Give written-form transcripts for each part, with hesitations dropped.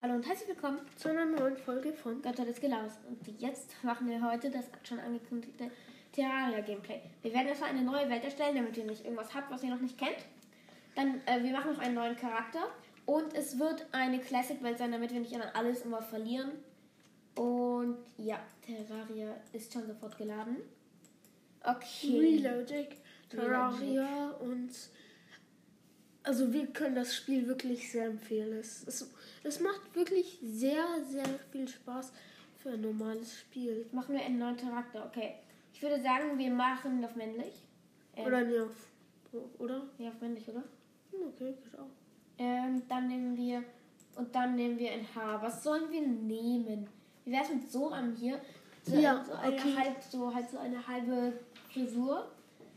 Hallo und herzlich willkommen zu einer neuen Folge von Götter des Gelaus. Und jetzt machen wir heute das schon angekündigte Terraria-Gameplay. Wir werden erstmal eine neue Welt erstellen, damit ihr nicht irgendwas habt, was ihr noch nicht kennt. Dann, wir machen noch einen neuen Charakter. Und es wird eine Classic-Welt sein, damit wir nicht an alles immer verlieren. Und ja, Terraria ist schon sofort geladen. Okay. Reloading, Terraria und... Also wir können das Spiel wirklich sehr empfehlen. Es macht wirklich sehr, sehr viel Spaß für ein normales Spiel. Machen wir einen neuen Charakter, okay. Ich würde sagen, wir machen auf männlich. Oder nicht auf... Oder? Ja, auf männlich, oder? Okay, geht auch. Dann nehmen wir ein Haar. Was sollen wir nehmen? Wie wäre es mit so einem hier? So eine halbe Frisur.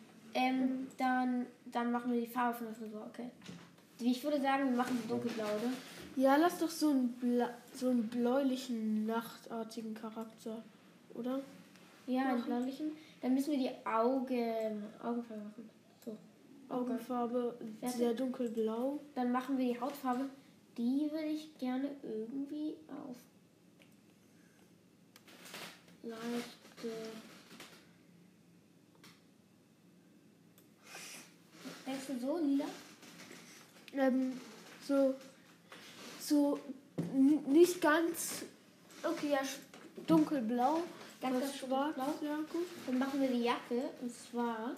Dann machen wir die Farbe von der Frisur, okay. Ich würde sagen, wir machen dunkelblau, oder? Ja, lass doch so einen bläulichen, nachtartigen Charakter, oder? Ja, einen bläulichen. Dann müssen wir die Augenfarbe machen. So. Augenfarbe sehr dunkelblau. Dann machen wir die Hautfarbe. Die würde ich gerne irgendwie auf leichte... Denkst du so, lila? So nicht ganz... Okay, ja, dunkelblau. Ganz schwarz. Blau. Ja, gut. Dann machen wir die Jacke. Und zwar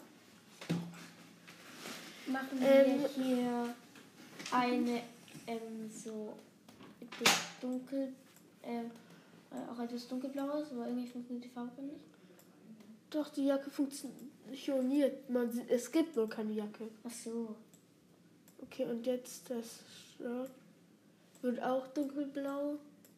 machen wir hier eine so dunkel... auch etwas dunkelblaues, aber irgendwie funktioniert die Farbe nicht. Doch, die Jacke funktioniert. Es gibt nur keine Jacke. Ach so. Okay, und jetzt das Shirt wird auch dunkelblau.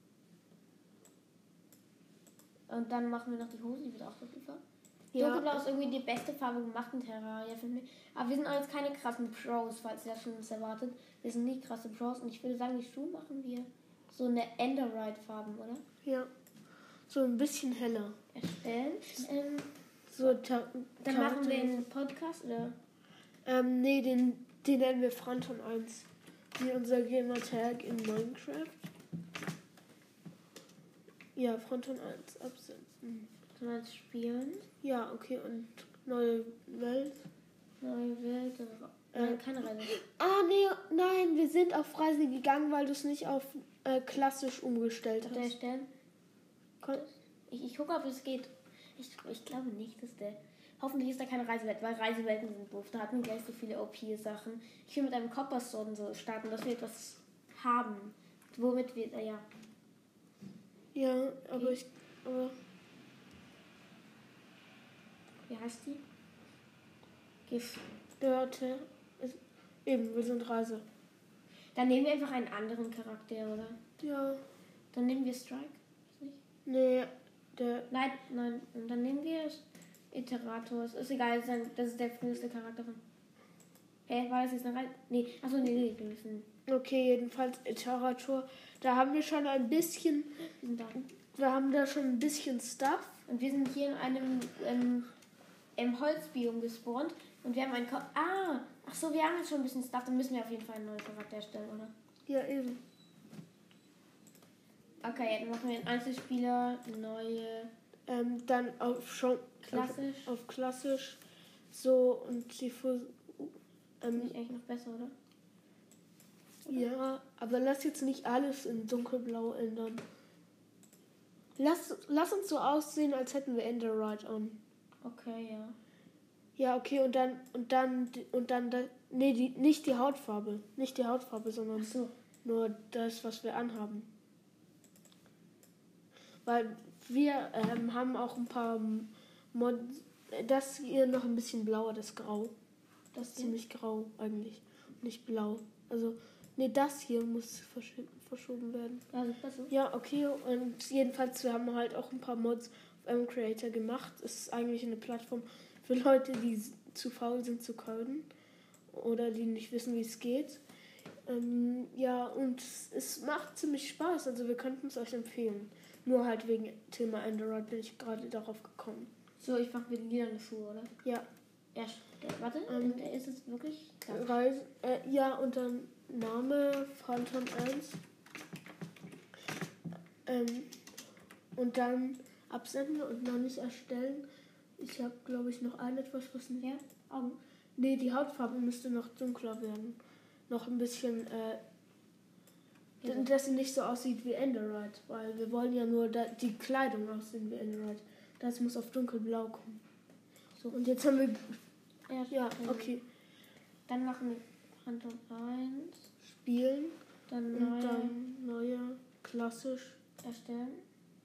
Und dann machen wir noch die Hose, die wird auch dunkelblau. Ja. Dunkelblau ist irgendwie die beste Farbe gemacht in Terraria, finde ich. Aber wir sind alles keine krassen Pros, falls ihr das schon erwartet. Wir sind nicht krasse Pros und ich würde sagen, die Schuhe machen wir so eine Enderite-Farben, oder? Ja. So ein bisschen heller. Erstellen. Dann machen wir einen Podcast, oder? Nee, den nennen wir Franton 1. Wie unser Gamertag in Minecraft. Ja, Franton 1 absetzen. Dann spielen. Ja, okay, und neue Welt. Neue Welt. Nein, keine Reise. Nein, wir sind auf Reise gegangen, weil du es nicht auf klassisch umgestellt hast. Erstellen? Ich gucke, ob es geht. Ich glaube nicht, dass der... Hoffentlich ist da keine Reisewelt, weil Reisewelten sind doof. Da hatten wir gleich so viele OP-Sachen. Ich will mit einem Copperstone so starten, dass wir etwas haben. Womit wir... ja. Ja, aber okay. Wie heißt die? Gehörte. Eben, wir sind Reise. Dann nehmen wir einfach einen anderen Charakter, oder? Ja. Dann nehmen wir Strike. Ist nicht? Nee, Nein. Und dann nehmen wir Iterator. Es ist egal, das ist der früheste Charakter von... war das jetzt eine Reise? Nee, achso, nee, wir müssen... Okay, jedenfalls Iterator. Da haben wir schon ein bisschen... Wir haben da schon ein bisschen Stuff. Und wir sind hier in einem im Holzbiom gespawnt. Und wir haben einen... Achso, wir haben jetzt schon ein bisschen Stuff. Dann müssen wir auf jeden Fall einen neuen Charakter erstellen, oder? Ja, eben. Okay, dann machen wir einen Einzelspieler, neue... Dann klassisch. Auf klassisch. So, und die... Finde ich eigentlich noch besser, oder? Ja, aber lass jetzt nicht alles in dunkelblau ändern. Lass uns so aussehen, als hätten wir Enderite on. Okay, ja. Ja, okay, und dann nicht die Hautfarbe. Nicht die Hautfarbe, sondern nur das, was wir anhaben. Weil wir haben auch ein paar Mods. Das hier noch ein bisschen blauer, das Grau. Das ist ziemlich grau eigentlich. Nicht blau. Also, das hier muss verschoben werden. Ja, super so. Ja, okay. Und jedenfalls, wir haben halt auch ein paar Mods auf M-Creator gemacht. Es ist eigentlich eine Plattform für Leute, die zu faul sind zu coden. Oder die nicht wissen, wie es geht. Ja, und es macht ziemlich Spaß. Also wir könnten es euch empfehlen. Nur halt wegen Thema Android bin ich gerade darauf gekommen. So, ich mache wieder lila Schuhe, oder? Ja. Warte, ist es wirklich? Ja, und dann Name Phantom 1. Und dann absenden und noch nicht erstellen. Ich habe, glaube ich, noch etwas, was nicht. Ja? Augen. Nee, die Hautfarbe müsste noch dunkler werden. Noch ein bisschen, dass sie nicht so aussieht wie Enderite. Weil wir wollen ja nur die Kleidung aussehen wie Enderite. Das muss auf dunkelblau kommen. So, und jetzt haben wir... Ja, okay. Dann machen wir Phantom 1. Spielen. Dann neue, klassisch. Erstellen.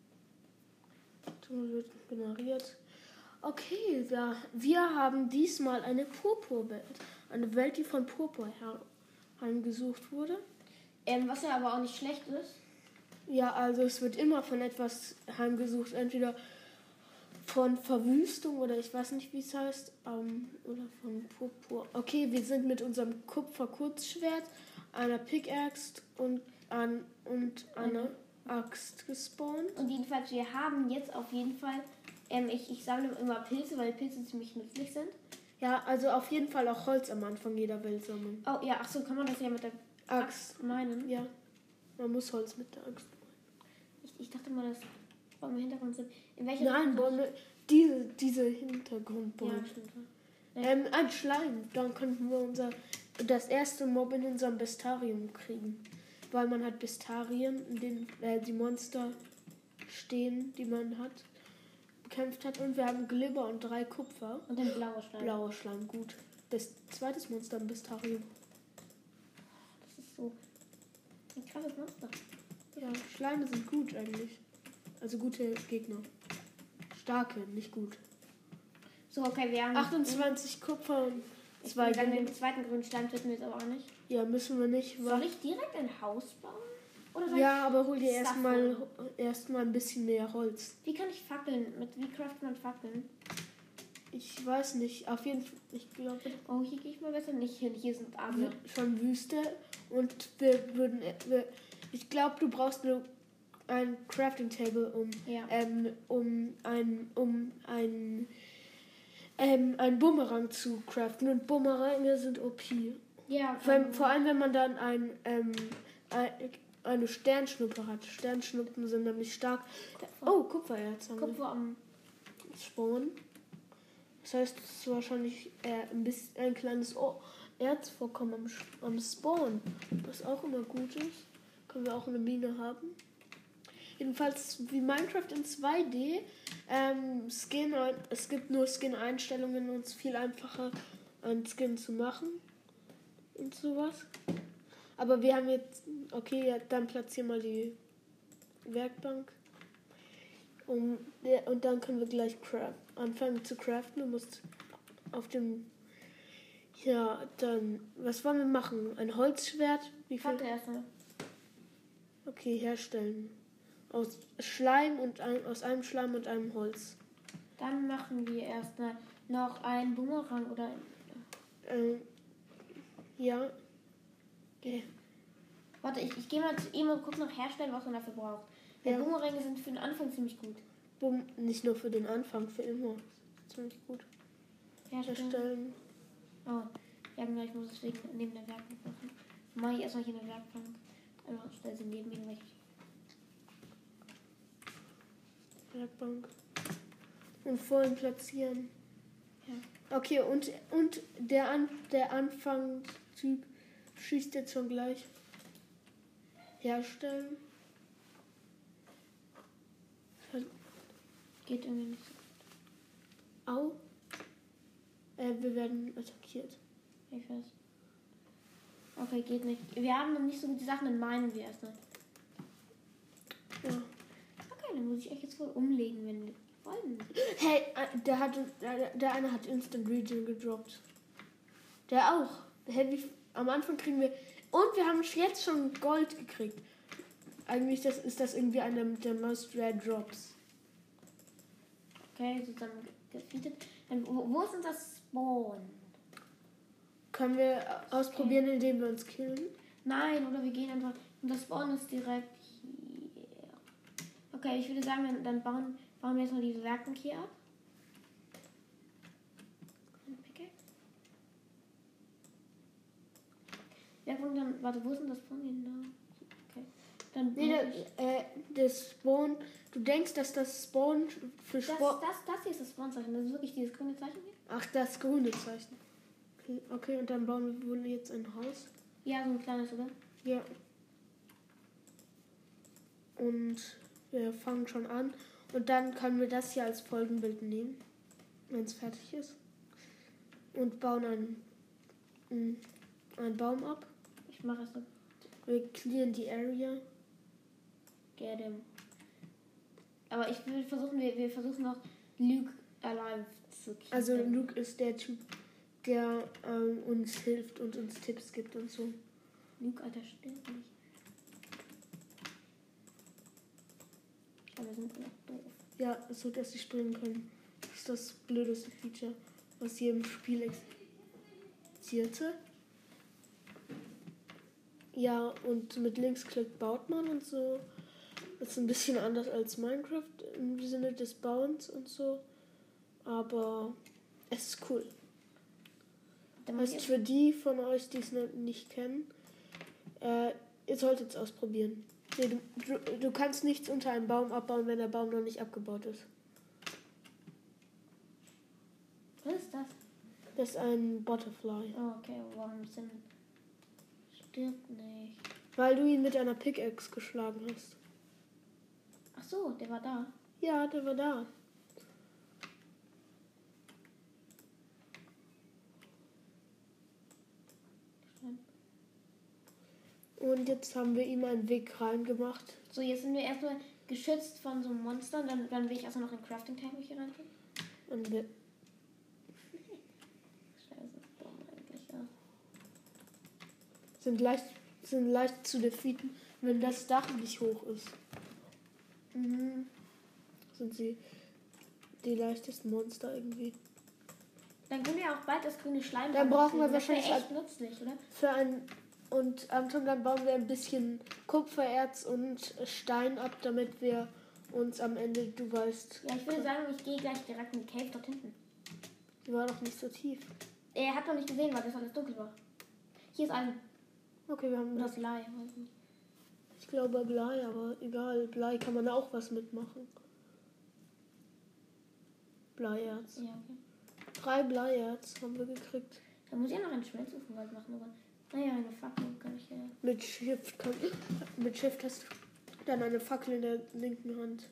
Dann wird generiert. Okay, wir haben diesmal eine Purpurwelt. Eine Welt, die von Purpur heimgesucht wurde. Was ja aber auch nicht schlecht ist. Ja, also es wird immer von etwas heimgesucht. Entweder von Verwüstung oder ich weiß nicht, wie es heißt. Oder von Purpur. Okay, wir sind mit unserem Kupfer-Kurzschwert, einer Pickaxe und einer Axt gespawnt. Und jedenfalls, wir haben jetzt auf jeden Fall... ich sammle immer Pilze, weil Pilze ziemlich nützlich sind. Ja, also auf jeden Fall auch Holz am Anfang jeder Welt sammeln. Oh ja, ach so, kann man das ja mit der Axt meinen? Ja, man muss Holz mit der Axt meinen. Ich dachte mal, dass Bäume im Hintergrund sind. In welcher Nein, Bäume, diese Hintergrundbäume. Ja, ein Schleim, dann könnten wir das erste Mob in unserem Bestarium kriegen. Weil man hat Bestarien, in denen die Monster stehen, die man hat. Bekämpft hat, und wir haben Glibber und 3 Kupfer. Und dann blauer Schleim. Blauer Schleim, gut. Zweites Monster im Bestarium. Das ist so ein krasses Monster. Ja, Schleime sind gut eigentlich. Also gute Gegner. Starke, nicht gut. So, okay, wir haben 28 Kupfer und 2 Dann den zweiten grünen Stein finden wir jetzt aber auch nicht. Ja, müssen wir nicht. Soll ich direkt ein Haus bauen? Oder ja, aber hol dir erstmal ein bisschen mehr Holz. Wie kann ich Fackeln? Wie craftet man Fackeln? Ich weiß nicht. Auf jeden Fall, ich glaube... Oh, hier gehe ich mal besser nicht hin. Hier sind Abende. Schon Wüste. Und ich glaube, du brauchst nur ein Crafting Table, um einen Bumerang zu craften. Und Bumerange sind OP. Ja. Vor allem, wenn man dann eine Sternschnuppe hat. Sternschnuppen sind nämlich stark. Oh, Kupfererz. Kupfer am Spawn. Das heißt, es ist wahrscheinlich ein kleines Erzvorkommen am Spawn. Was auch immer gut ist. Können wir auch eine Mine haben. Jedenfalls wie Minecraft in 2D. Es gibt nur Skin-Einstellungen und es ist viel einfacher, einen Skin zu machen. Und sowas. Aber wir haben jetzt... Okay, ja, dann platzieren wir die Werkbank. Und dann können wir gleich anfangen zu craften. Du musst auf dem... Ja, dann... Was wollen wir machen? Ein Holzschwert? Wie viel? erstmal. Okay, herstellen. Aus Schleim und aus einem Schleim und einem Holz. Dann machen wir erstmal noch einen Bumerang oder... Ja. Okay. Warte, ich gehe mal zu ihm und gucke nach Herstellen, was man dafür braucht. Ja. Bumeränge sind für den Anfang ziemlich gut. Nicht nur für den Anfang, für immer. Ziemlich gut. Herstellen. Oh, ja genau, ich muss es neben der Werkbank machen. Mache ich erstmal hier eine Werkbank. Einfach stelle sie neben irgendwelche. Werkbank. Und vorhin platzieren. Ja. Okay, und der Anfangstyp schießt jetzt schon gleich. Herstellen. Geht irgendwie nicht so. Au. Wir werden attackiert. Ich weiß. Okay, geht nicht. Wir haben noch nicht so gute Sachen, dann meinen wir erstmal. Ja. Okay, dann muss ich euch jetzt wohl umlegen, wenn wir wollen. Hey, der eine hat Instant Region gedroppt. Der auch. Hey, am Anfang kriegen wir... Und wir haben jetzt schon Gold gekriegt. Eigentlich ist das irgendwie einer der most rare Drops. Okay, zusammen gefeedet. Wo ist unser Spawn? Können wir ausprobieren, indem wir uns killen? Nein, oder wir gehen einfach... Unser Spawn ist direkt hier. Okay, ich würde sagen, dann bauen wir jetzt mal diese Werkbank hier ab. Werkbank dann... Warte, wo ist denn das Spawn hin? Okay. Dann Nee, muss ich, das Spawn. Du denkst, dass das Spawn für Spawn. das hier ist das Spawnzeichen. Das ist wirklich dieses grüne Zeichen hier. Ach, das grüne Zeichen. Okay, und dann bauen wir wohl jetzt ein Haus. Ja, so ein kleines, oder? Ja. Und wir fangen schon an. Und dann können wir das hier als Folgenbild nehmen, wenn es fertig ist. Und bauen einen Baum ab. Ich mache es so. Wir clearen die Area. Get him. Aber ich will versuchen, wir versuchen noch Luke alive zu keepen. Also Luke ist der Typ, der uns hilft und uns Tipps gibt und so. Luke, Alter, stimmt nicht. Aber wir sind immer noch doof. Ja, so dass sie springen können. Das ist das blödeste Feature, was hier im Spiel existierte. Ja, und mit Linksklick baut man und so. Das ist ein bisschen anders als Minecraft im Sinne des Bauens und so. Aber es ist cool. Heißt für die von euch, die es noch nicht kennen, ihr solltet es ausprobieren. Nee, du kannst nichts unter einem Baum abbauen, wenn der Baum noch nicht abgebaut ist. Was ist das? Das ist ein Butterfly. Oh, okay, warum sind... Stirbt nicht. Weil du ihn mit einer Pickaxe geschlagen hast. Ach so, der war da. Ja, der war da. Und jetzt haben wir ihm einen Weg reingemacht. So, jetzt sind wir erstmal geschützt von so einem Monster. Dann will ich erstmal noch ein Crafting-Table hier rein tun. Und wir Scheiße, dumm eigentlich, ja. sind leicht zu defeaten, wenn das Dach nicht hoch ist. Sind sie die leichtesten Monster irgendwie. Dann können wir auch bald das grüne Schleim. Dann brauchen wir das wäre wahrscheinlich echt nützlich, oder? für ein und Anton, dann bauen wir ein bisschen Kupfererz und Stein ab, damit wir uns am Ende, du weißt. Ja, ich würde sagen, ich gehe gleich direkt in die Cave dort hinten. Die war doch nicht so tief. Er hat noch nicht gesehen, weil das alles dunkel war. Hier ist Eisen. Okay, wir haben Oder das. Blei. Weiß nicht. Ich glaube Blei, aber egal. Blei kann man auch was mitmachen. Bleierz. Ja, okay. 3 Bleierz haben wir gekriegt. Da muss ich ja noch einen Schmelzofen bald machen, aber... Naja, eine Fackel kann ich ja... Mit Shift hast du dann eine Fackel in der linken Hand.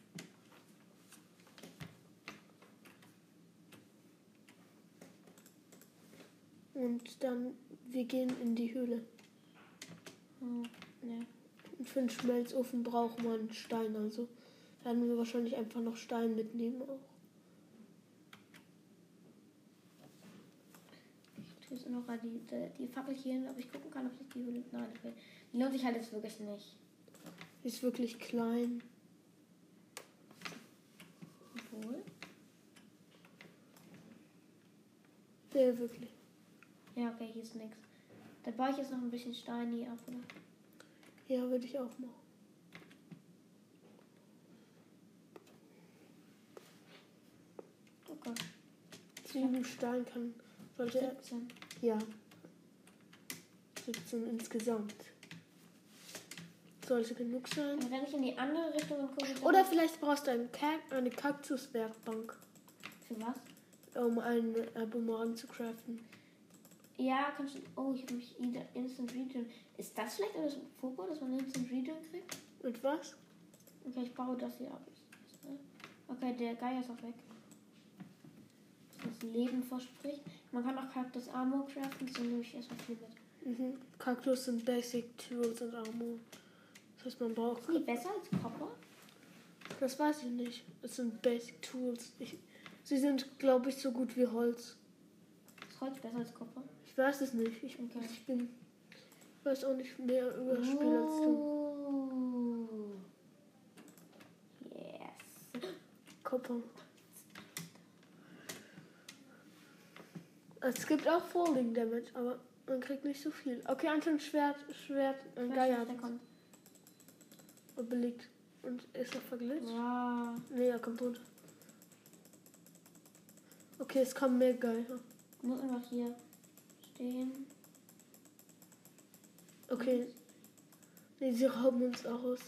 Und dann, wir gehen in die Höhle. Oh, ja. Und für einen Schmelzofen braucht man Stein, also werden wir wahrscheinlich einfach noch Stein mitnehmen auch. Hier ist noch die Fackel hier hin, ob ich gucken kann, ob sich die Höhle... Nein, okay. Die lohnt sich halt jetzt wirklich nicht. Die ist wirklich klein. Obwohl... Ja, wirklich. Ja, okay, hier ist nichts. Dann baue ich jetzt noch ein bisschen Stein hier ab, oder? Ja, würde ich auch machen. Oh Gott. 7 Stein sollte er. 17. Ja. 17 insgesamt. Sollte genug sein. Dann renne ich in die andere Richtung und gucke... Oder vielleicht brauchst du eine Kaktuswerkbank, Für was? um einen Boomerang zu craften. Ja, kannst du... Oh, ich habe mich Instant Regen... Ist das vielleicht alles Fokus, dass man Instant Regen kriegt? Und was? Okay, ich baue das hier ab. Okay, der Geier ist auch weg. Das Leben verspricht. Man kann auch Kaktus Armor craften, so nehme ich erstmal viel mit. Mhm. Kaktus sind Basic Tools und Armor. Das heißt, man braucht... Ist die besser als Copper? Das weiß ich nicht. Es sind Basic Tools. Sie sind, glaube ich, so gut wie Holz. Ist Holz besser als Copper? Ich weiß es nicht. Ich weiß auch nicht mehr über das Spiel als du. Yes. Copper. Es gibt auch Falling Damage, aber man kriegt nicht so viel. Okay, Anton Schwert, ein Geier. Der kommt. Und belegt. Und ist er verglitscht? Ja. Nee, er kommt runter. Okay, es kommen mehr Geier. Ich muss einfach hier stehen. Okay. Nee, sie rauben uns aus.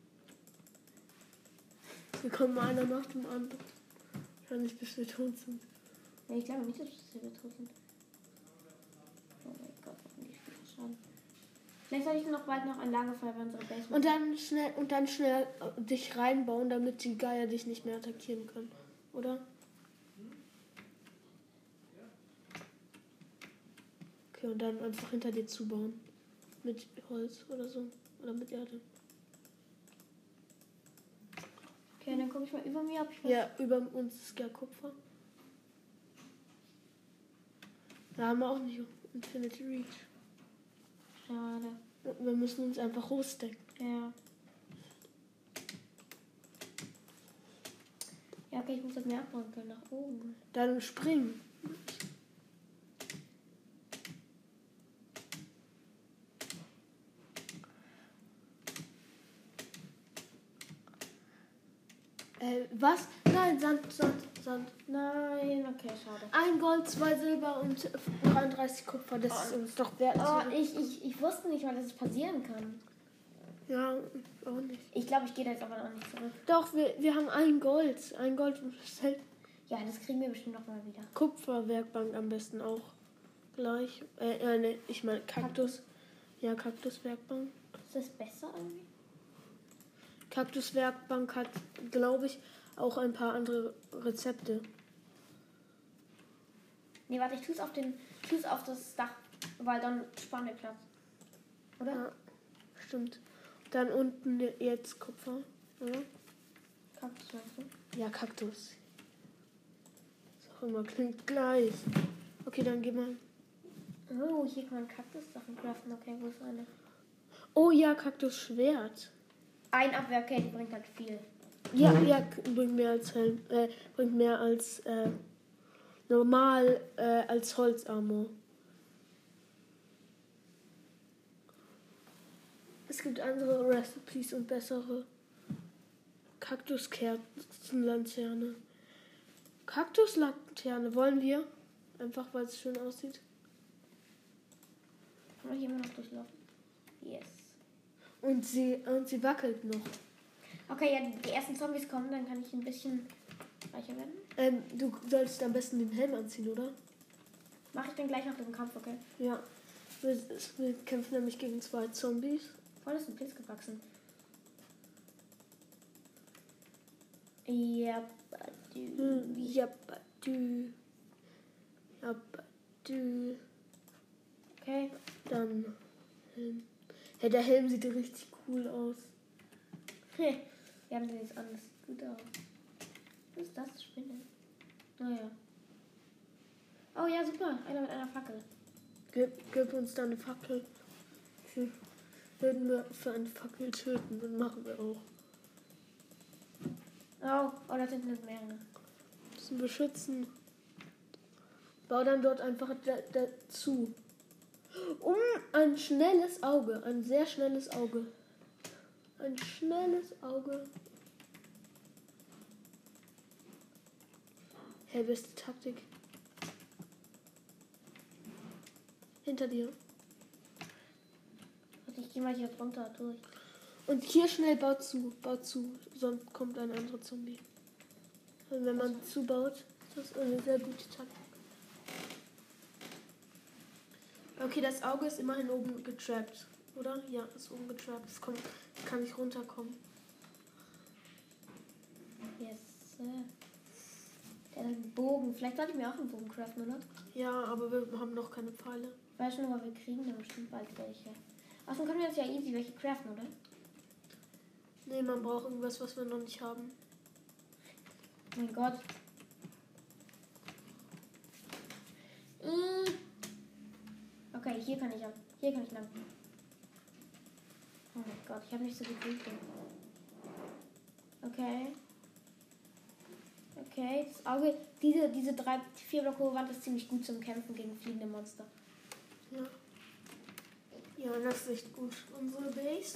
Wir kommen einer nach dem anderen. Wahrscheinlich bis wir tot sind. Ja, ich glaube nicht, dass wir tot sind. Oh mein Gott, warum die Spiele schaden. Vielleicht soll ich noch bald noch ein Lagerfeuer bei unserer Base machen. Und dann schnell dich reinbauen, damit die Geier dich nicht mehr attackieren können. Oder? Okay, und dann einfach hinter dir zubauen. Mit Holz oder so. Oder mit Erde. Okay, dann gucke ich mal über mir, ob ich was... Ja, über uns ist ja Kupfer. Da haben wir auch nicht Infinity Reach. Schade. Wir müssen uns einfach hochstecken. Ja. Ja, okay, ich muss das mehr abbauen können, nach oben. Dann springen. Was? Nein, Sand. Nein, okay, schade. 1 Gold, 2 Silber und 33 Kupfer. Das ist uns doch wert. Oh, ich wusste nicht mal, dass es passieren kann. Ja, auch nicht. Ich glaube, ich gehe da jetzt aber noch nicht zurück. Doch, wir haben 1 Gold. 1 Gold und Ja, das kriegen wir bestimmt noch mal wieder. Kupferwerkbank am besten auch. Gleich. Nee, ich meine Kaktus. Ja, Kaktuswerkbank. Ist das besser irgendwie? Kaktuswerkbank hat, glaube ich, auch ein paar andere Rezepte. Nee, warte, ich tue es auf das Dach, weil dann sparen wir Platz. Oder? Ja, stimmt. Dann unten jetzt Kupfer, oder? Kaktus meinst du? Ja, Kaktus. Ist auch immer, klingt gleich. Okay, dann geh mal. Oh, hier kann man Kaktus-Sachen craften. Okay, wo ist eine? Oh ja, Kaktusschwert. Ein Abwehrcake bringt halt viel. Ja, bringt mehr als Helm, bringt mehr als normal als Holzarmor. Es gibt andere Recipes und bessere Kaktuskerzenlanterne. Kaktuslanterne wollen wir? Einfach weil es schön aussieht. Kann man hier immer noch durchlaufen? Yes. Und sie wackelt noch. Okay, ja, die ersten Zombies kommen, dann kann ich ein bisschen reicher werden. Du solltest am besten den Helm anziehen, oder? Mache ich dann gleich nach dem Kampf, okay? Ja. Wir kämpfen nämlich gegen 2 Zombies. Voll ist ein Pilz gewachsen. Ja, du. Okay. Dann Helm. Ja, der Helm sieht richtig cool aus. Wir haben den jetzt an, das sieht gut aus. Was ist das? Spinne. Naja. Oh ja, super. Einer mit einer Fackel. Gib uns da eine Fackel. Würden wir für eine Fackel töten, dann machen wir auch. Oh, das sind nicht mehrere. Müssen beschützen. Bau dann dort einfach dazu. Ein schnelles Auge. Ein sehr schnelles Auge. Ein schnelles Auge. Hey, beste Taktik. Hinter dir. Also ich gehe mal hier drunter durch. Und hier schnell bau zu, sonst kommt ein anderer Zombie. Und wenn man zubaut, ist das eine sehr gute Taktik. Okay, das Auge ist immerhin oben getrappt, oder? Ja, ist oben getrappt. Es kann nicht runterkommen. Yes. Der hat einen Bogen. Vielleicht sollte ich mir auch einen Bogen craften, oder? Ja, aber wir haben noch keine Pfeile. Ich weiß schon, aber wir kriegen da bestimmt bald welche. Außerdem können wir jetzt ja easy welche craften, oder? Nee, man braucht irgendwas, was wir noch nicht haben. Oh mein Gott. Okay, hier kann ich lang. Oh mein Gott, ich habe nicht so viel Glück. Okay, das Auge, diese 4 Block hohe Wand ist ziemlich gut zum Kämpfen gegen fliegende Monster. Ja. Ja, das ist echt gut. Unsere Base.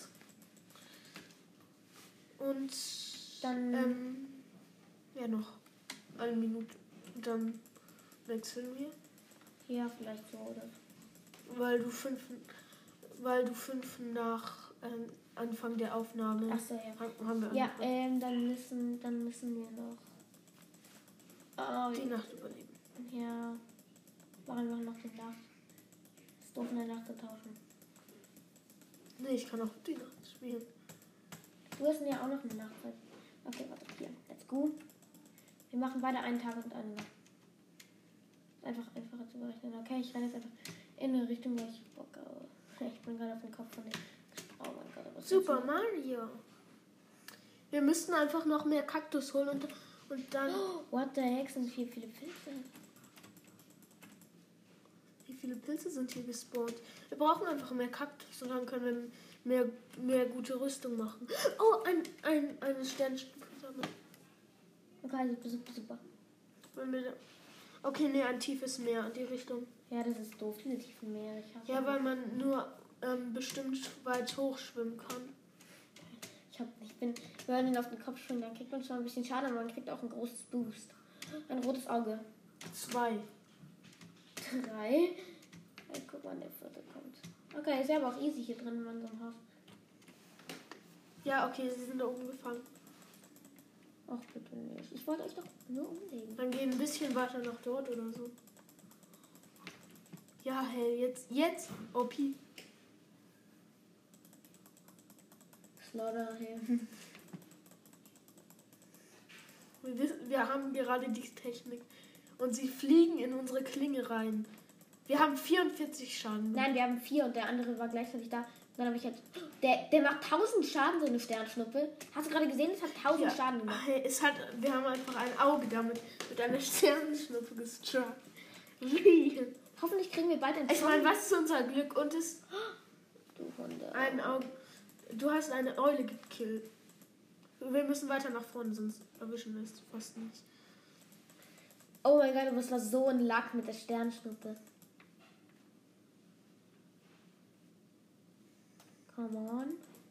Und dann ja, noch 1 Minute. Und dann wechseln wir. Ja, vielleicht so, oder? Weil du 5 nach Anfang der Aufnahme. Achso, ja. Haben wir Ja, angefangen. dann müssen wir noch. Oh, Die Nacht überleben. ja. Machen wir noch die Nacht. Ist doof, in der Nacht zu tauschen. Nee, ich kann auch die Nacht spielen. Du hast ja auch noch eine Nachtzeit. Okay, warte, hier. Let's go. Wir machen beide einen Tag und eine Nacht. Einfacher zu berechnen. Okay, ich renne jetzt einfach in eine Richtung, wo ich Bock habe. Ich bin gerade auf den Kopf von dem. Oh mein Gott, was ist Super das? Mario. Wir müssten einfach noch mehr Kaktus holen und dann... Oh, what the heck, sind hier viele Pilze? Wie viele Pilze sind hier gespawnt? Wir brauchen einfach mehr Kaktus und dann können wir mehr gute Rüstung machen. Oh, eine Sternstufe sammeln. Okay, super. Okay, nee, ein tiefes Meer in die Richtung. Ja, das ist doof, diese tiefen Meere. Ich hasse Ja, die. weil man nur bestimmt weit hoch schwimmen kann. Wenn man auf den Kopf springt, dann kriegt man zwar ein bisschen Schaden, aber man kriegt auch ein großes Boost. Ein rotes Auge. 2. 3. Hey, guck mal, der 4. kommt. Okay, ist ja aber auch easy hier drin in unserem Haus. Ja, okay, sie sind da oben gefangen. Ach, bitte nicht. Ich wollte euch doch nur umlegen. Dann gehen ein bisschen weiter nach dort oder so. Ja, hey, jetzt, OP. Slaughter hier. Wir haben gerade die Technik. Und sie fliegen in unsere Klinge rein. Wir haben 44 Schaden. Nein, wir haben 4 und der andere war gleichzeitig da. Und dann habe ich jetzt. Der macht 1000 Schaden, so eine Sternschnuppe. Hast du gerade gesehen, es hat 1000 Schaden gemacht. Hey, wir haben einfach ein Auge damit mit einer Sternschnuppe gestrahlt. Wie? Hoffentlich kriegen wir bald ein Ich meine, was ist unser Glück? Und es. Du Hunde. Ein Auge. Du hast eine Eule gekillt. Wir müssen weiter nach vorne, sonst erwischen wir es fast nicht. Oh mein Gott, das war so ein Lack mit der Sternschnuppe. Come on.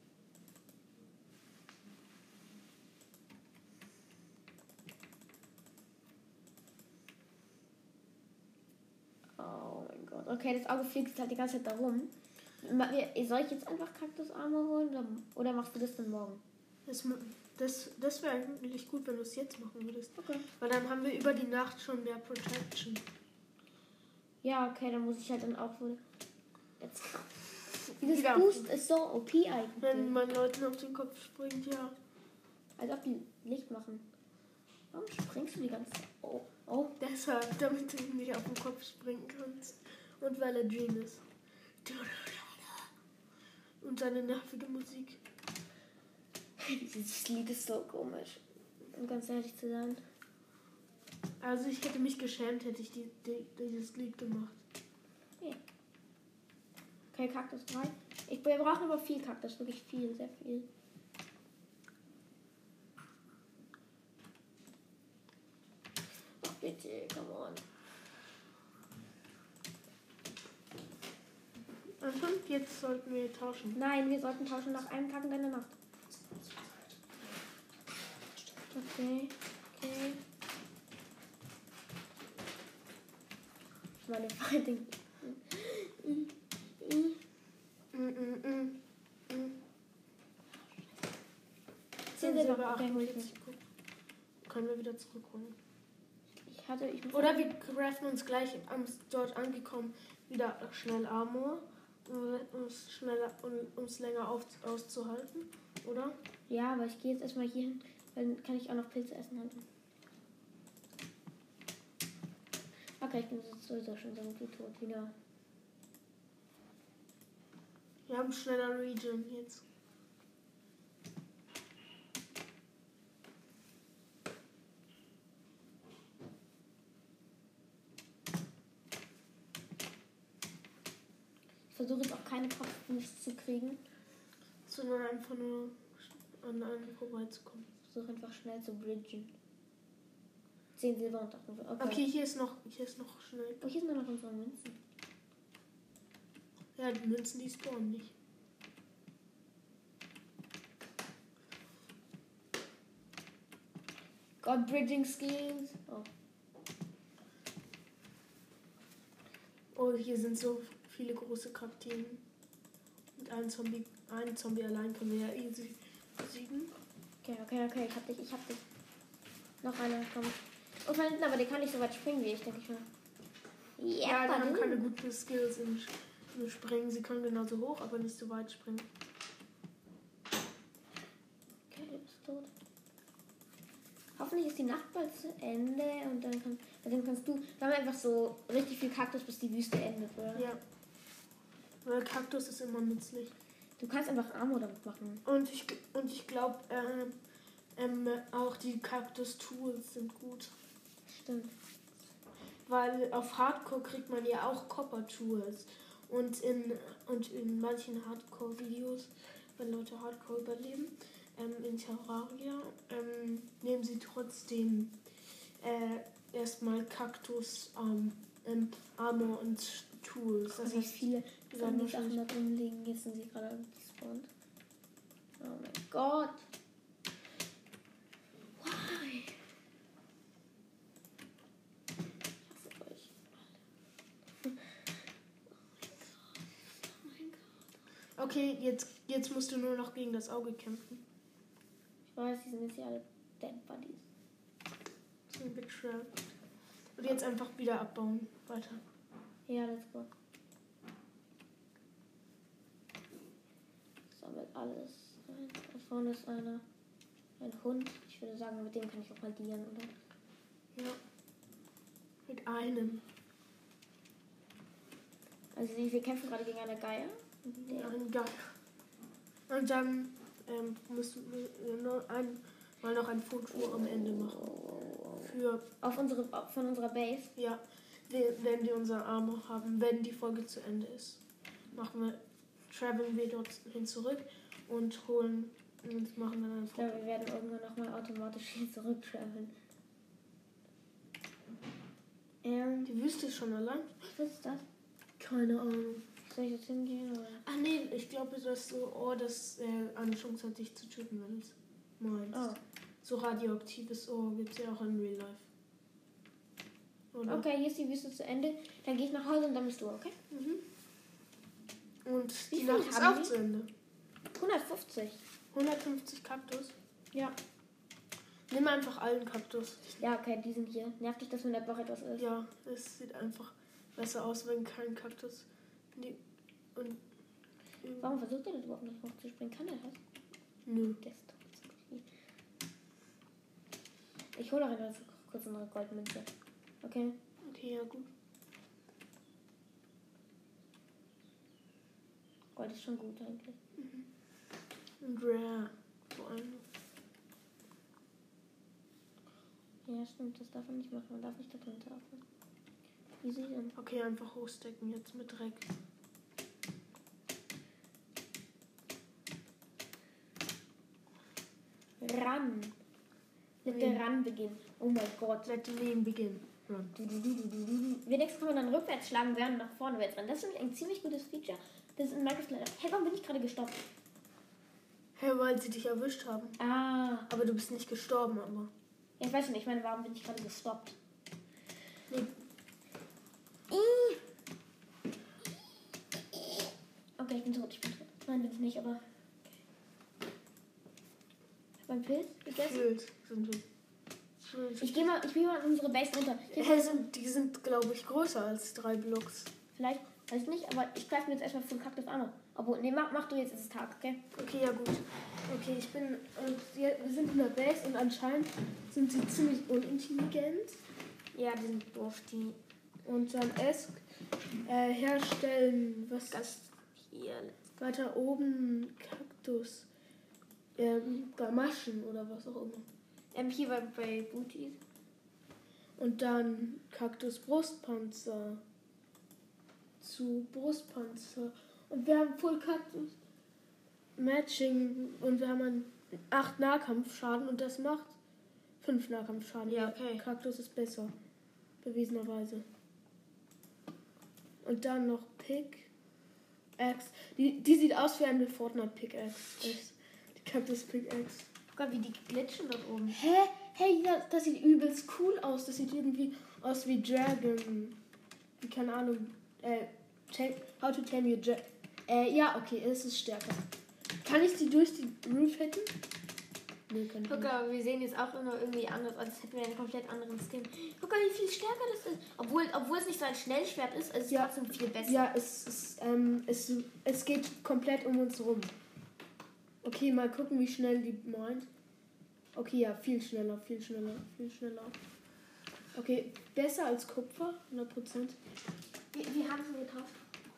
Oh mein Gott. Okay, das Auge fliegt halt die ganze Zeit da rum. Soll ich jetzt einfach Kaktusarme holen oder machst du das dann morgen? Das wäre eigentlich gut, wenn du es jetzt machen würdest. Okay. Weil dann haben wir über die Nacht schon mehr Protection. Ja, okay, dann muss ich halt dann auch wohl. Jetzt. Dieses Wieder. Boost ist so OP eigentlich. Wenn man Leuten auf den Kopf springt, ja. Als ob die Licht machen. Warum springst du die ganze Zeit? Oh. Deshalb, damit du nicht auf den Kopf springen kannst. Und weil er Dream ist. Und seine nervige Musik. Dieses Lied ist so komisch. Um ganz ehrlich zu sein. Also ich hätte mich geschämt, hätte ich dieses Lied gemacht. Okay, Kaktus 3. Wir brauchen aber viel Kaktus, wirklich viel, sehr viel. Ach bitte, come on. Anton, jetzt sollten wir tauschen. Nein, wir sollten tauschen nach einem Tag und einer Nacht. Okay. Meine Fighting. 10 Silber. Okay, hol ich nicht. Können wir wieder zurückholen. Oder wir craften uns gleich dort angekommen wieder schnell Armor, um es länger auszuhalten, oder? Ja, aber ich gehe jetzt erstmal hier hin, weil dann kann ich auch noch Pilze essen halten. Okay, ich bin sowieso schon so gut tot wieder. Wir haben schneller Region jetzt. Ich versuche jetzt auch keine Kopfboosts zu kriegen. Sondern einfach nur an einem vorbeizukommen. Ich versuche einfach schnell zu bridgen. 10 Silber und 8. Okay, hier ist noch schnell. Oh, hier sind noch unsere Münzen. Ja, die Münzen, die spawnen nicht. God, Bridging Skills. Oh, hier sind so viele große Kakteen. Mit einem Zombie allein können wir ja easy besiegen. Okay, ich hab dich. Noch einer kommt. Und von hinten, aber der kann nicht so weit springen wie ich, denke ich mal. Ja, die haben keine guten Skills im Springen. Sie können genauso hoch, aber nicht so weit springen. Okay, du bist tot. Hoffentlich ist die Nacht bald zu Ende und dann kannst du. Wir haben einfach so richtig viel Kaktus, bis die Wüste endet, oder? Ja. Weil Kaktus ist immer nützlich. Du kannst einfach Armor damit machen. Und ich glaube, auch die Kaktus-Tools sind gut. Stimmt. Weil auf Hardcore kriegt man ja auch Copper-Tools. Und in manchen Hardcore-Videos, wenn Leute Hardcore überleben, in Terraria, nehmen sie trotzdem erstmal Kaktus, Armor und Tools. Das heißt, viele Sachen da drin liegen. Jetzt sind sie gerade gespawnt. Oh mein Gott. Why? Ich hasse euch. Oh mein Gott. Okay, jetzt musst du nur noch gegen das Auge kämpfen. Ich weiß, die sind jetzt ja alle Dead Buddies. Das ist ein bit schwer. Und jetzt einfach wieder abbauen. Weiter. Ja, let's go. Sammelt alles ein. Da vorne ist ein Hund. Ich würde sagen, mit dem kann ich auch mal dienen, oder? Ja. Mit einem. Also wir kämpfen gerade gegen eine Geier. Ein Geier. Und dann müssen wir noch ein Foto am Ende machen. Von unserer Base. Ja, wenn wir unsere Arme haben, wenn die Folge zu Ende ist. Traveln wir dorthin zurück und machen dann ein Foto. Ich glaube, wir werden irgendwann nochmal automatisch hier zurück traveln. Die Wüste ist schon allein. Was ist das? Keine Ahnung. Soll ich jetzt hingehen? Oder? Ach nee, ich glaube, das Ohr, das eine Chance hat, dich zu töten, wenn es meinst. Oh. So radioaktives Ohr gibt es ja auch in Real Life. Oder? Okay, hier ist die Wüste zu Ende. Dann gehe ich nach Hause und dann bist du, okay? Mhm. Und Wie die viel Nacht ist haben auch die? zu Ende. 150. 150 Kaktus. Ja. Nimm einfach allen Kaktus. Ja, okay, die sind hier. Nervt dich, dass wenn da doch etwas ist? Ja, es sieht einfach besser aus, wenn kein Kaktus. Warum versucht er das überhaupt nicht hochzuspringen? Kann er das? Nö. Der ist doch so. Ich hole auch ganz kurz eine Goldmünze. Okay? Okay, ja gut. Gold ist schon gut eigentlich. Und Rare. Vor allem. Ja, stimmt, das darf man nicht machen. Man darf nicht da drin tauchen. Wie sie denn? Okay, einfach hochstecken jetzt mit Dreck. Run. Let the Run beginnen. Oh mein Gott. Let the Leben beginnen. Run. Wenigstens kann man dann rückwärts schlagen, während nach vorne wärts rennen. Das ist nämlich ein ziemlich gutes Feature. Das ist in Minecraft leider. Hey, warum bin ich gerade gestoppt? Hey, weil sie dich erwischt haben. Ah. Aber du bist nicht gestorben, aber. Ja, ich weiß nicht, ich meine, warum bin ich gerade gestoppt? Nee. Okay, ich bin tot. Nein, bin ich nicht, aber. Beim Pilz gegessen? Gefühlt sind wir. Ich gehe mal in unsere Base runter. Die sind, glaube ich, größer als 3 Blocks. Vielleicht, weiß ich nicht, aber ich greife mir jetzt erstmal von Kaktus an. Obwohl, nee, mach du jetzt, ist es Tag, okay? Okay, ja gut. Okay, wir sind in der Base und anscheinend sind sie ziemlich unintelligent. Ja, die sind doof, die. Und dann herstellen, was Das hier. weiter oben Kaktus. Gamaschen oder was auch immer. Hier bei Booties. Und dann Kaktus Brustpanzer. Zu Brustpanzer. Und wir haben voll Kaktus Matching und wir haben 8 Nahkampfschaden und das macht 5 Nahkampfschaden. Ja, okay. Kaktus ist besser. Bewiesenerweise. Und dann noch Pickaxe. Die sieht aus wie eine Fortnite Pickaxe. Die Kaktus Pickaxe. Gott, wie die glitschen dort oben. Hä? Hey, das sieht übelst cool aus. Das sieht irgendwie aus wie Dragon. Keine Ahnung. How to Tame Your Ja, okay, es ist stärker. Kann ich die durch die Roof hitten? Nee, kann ich Guck nicht. mal, wir sehen jetzt auch immer irgendwie anders, als hätten wir einen komplett anderen Skin. Guck mal, wie viel stärker das ist. Obwohl es nicht so ein Schnellschwert ist, ist es trotzdem viel besser. Ja, es geht komplett um uns rum. Okay, mal gucken, wie schnell die meint. Okay, ja, viel schneller. Okay, besser als Kupfer, 100%. Wie haben sie getauscht?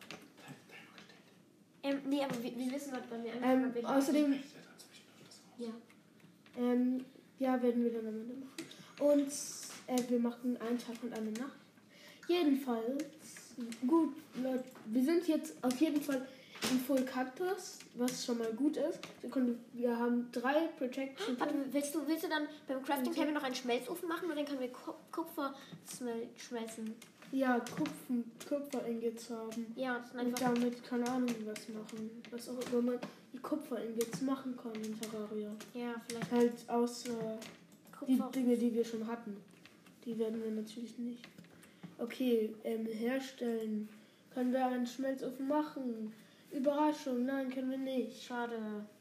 Nee, aber wir wissen, was bei mir Außerdem, ja. ja, werden wir dann am Ende machen. Und wir machen einen Tag und eine Nacht. Jedenfalls, gut, Leute, wir sind jetzt auf jeden Fall in Full Cactus, was schon mal gut ist. Wir haben 3 Protection. Warte, willst du dann beim Crafting Table noch einen Schmelzofen machen oder dann können wir Kupfer schmelzen? Ja, Kupfer-Ingots haben. Ja, das ist Und einfach. damit, keine Ahnung, was machen. Was auch immer man die Kupfer-Ingots machen kann in Terraria. Ja, vielleicht. Halt außer die Kupfer. Dinge, die wir schon hatten. Die werden wir natürlich nicht. Okay, herstellen. Können wir einen Schmelzofen machen? Überraschung, nein, können wir nicht. Schade.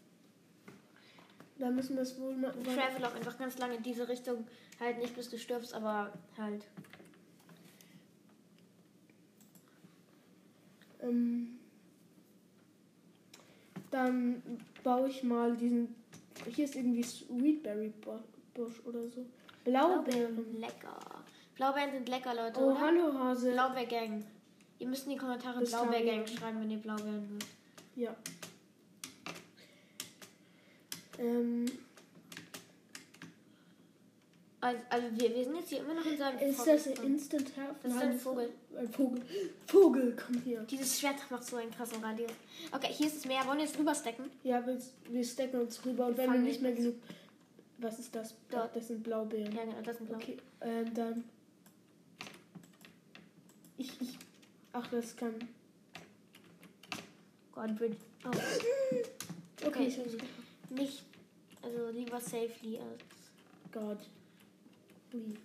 Da müssen wir es wohl machen. Travel auch einfach ganz lange in diese Richtung. Halt nicht bis du stirbst, aber halt. Dann baue ich mal diesen. Hier ist irgendwie Sweetberry Busch oder so. Blaubeeren. Lecker. Blaubeeren sind lecker, Leute. Oh, oder? hallo Hase. Blaubeergang. Ihr müsst in die Kommentare Bis Blaubeergang dann. schreiben, wenn ihr Blaubeeren mögt. Ja. Also wir sind jetzt hier immer noch in seinem Ist das ein Instant Health? Das ist ein Vogel. Ein Vogel. Vogel, komm hier. Dieses Schwert macht so einen krassen Radius. Okay, hier ist es Meer. Wollen wir jetzt rüberstecken? Ja, wir stecken uns rüber und Wir wenn wir fangen nicht mehr jetzt. genug. Was ist das? Dort. Das sind Blaubeeren. Ja, genau, das sind Blau. Okay, dann. Ach, das kann. Godbridge. Oh. Okay, ich hab's. Nicht, also lieber safely als God. Please.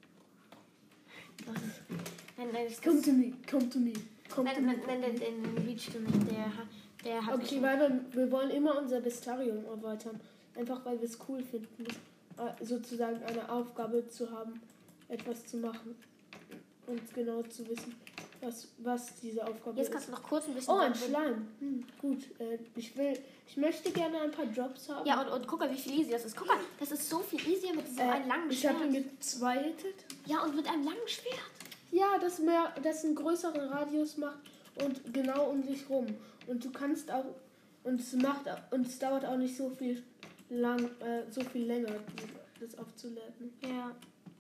Nein, das Come to me, come to me. Come to me. Nein, den reachst du nicht. Der hat Okay, weil wir wollen immer unser Bestarium erweitern. Einfach weil wir es cool finden, sozusagen eine Aufgabe zu haben, etwas zu machen. Und genau zu wissen, was diese Aufgabe Jetzt ist. kannst du noch kurz ein bisschen. Oh, ein Schleim. Gut. Ich möchte gerne ein paar Jobs haben. Ja, und guck mal, wie viel easy das ist. Guck mal, das ist so viel easier mit diesem einen langen Ich Schwert. habe ihn gezweitet. Ja, und mit einem langen Schwert. Ja, das einen größeren Radius macht und genau um dich rum. Und du kannst auch und es dauert auch nicht so viel länger, das aufzuladen. Ja.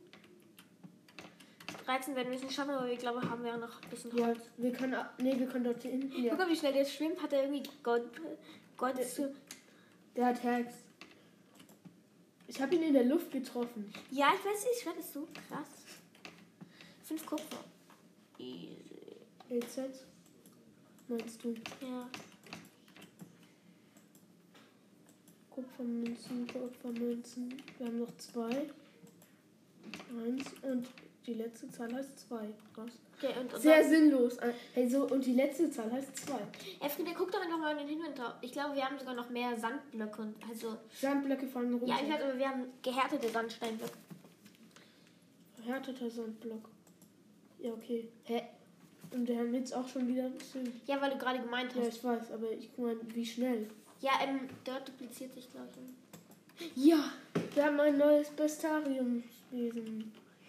13 werden wir es nicht schaffen, aber ich glaube, haben wir noch ein bisschen Ja, Holz. wir können dort hinten. Ja. Guck mal, wie schnell der schwimmt. Hat er irgendwie Gott zu. Der hat Hacks. Ich habe ihn in der Luft getroffen. Ja, ich weiß, das Schwert ist so krass. 5 Kupfer. Easy. EZ? Meinst du? Ja. Kupfermünzen. Wir haben noch 2. 1 und die letzte Zahl heißt 2. Krass. Okay, und Sehr sinnlos. Hey, so, und die letzte Zahl heißt 2. Efri, guck doch einfach mal in den Inventar. Ich glaube, wir haben sogar noch mehr Sandblöcke. Und also, Sandblöcke fallen runter. ja, ich weiß, aber wir haben gehärtete Sandsteinblöcke. Verhärteter Sandblock. Ja, okay. Hä? Und wir haben jetzt auch schon wieder ein bisschen. Ja, weil du gerade gemeint Ja, hast. ich weiß, aber ich meine, wie schnell? Ja, dort dupliziert sich, glaube ich. Ja, wir haben ein neues Bestariumwesen.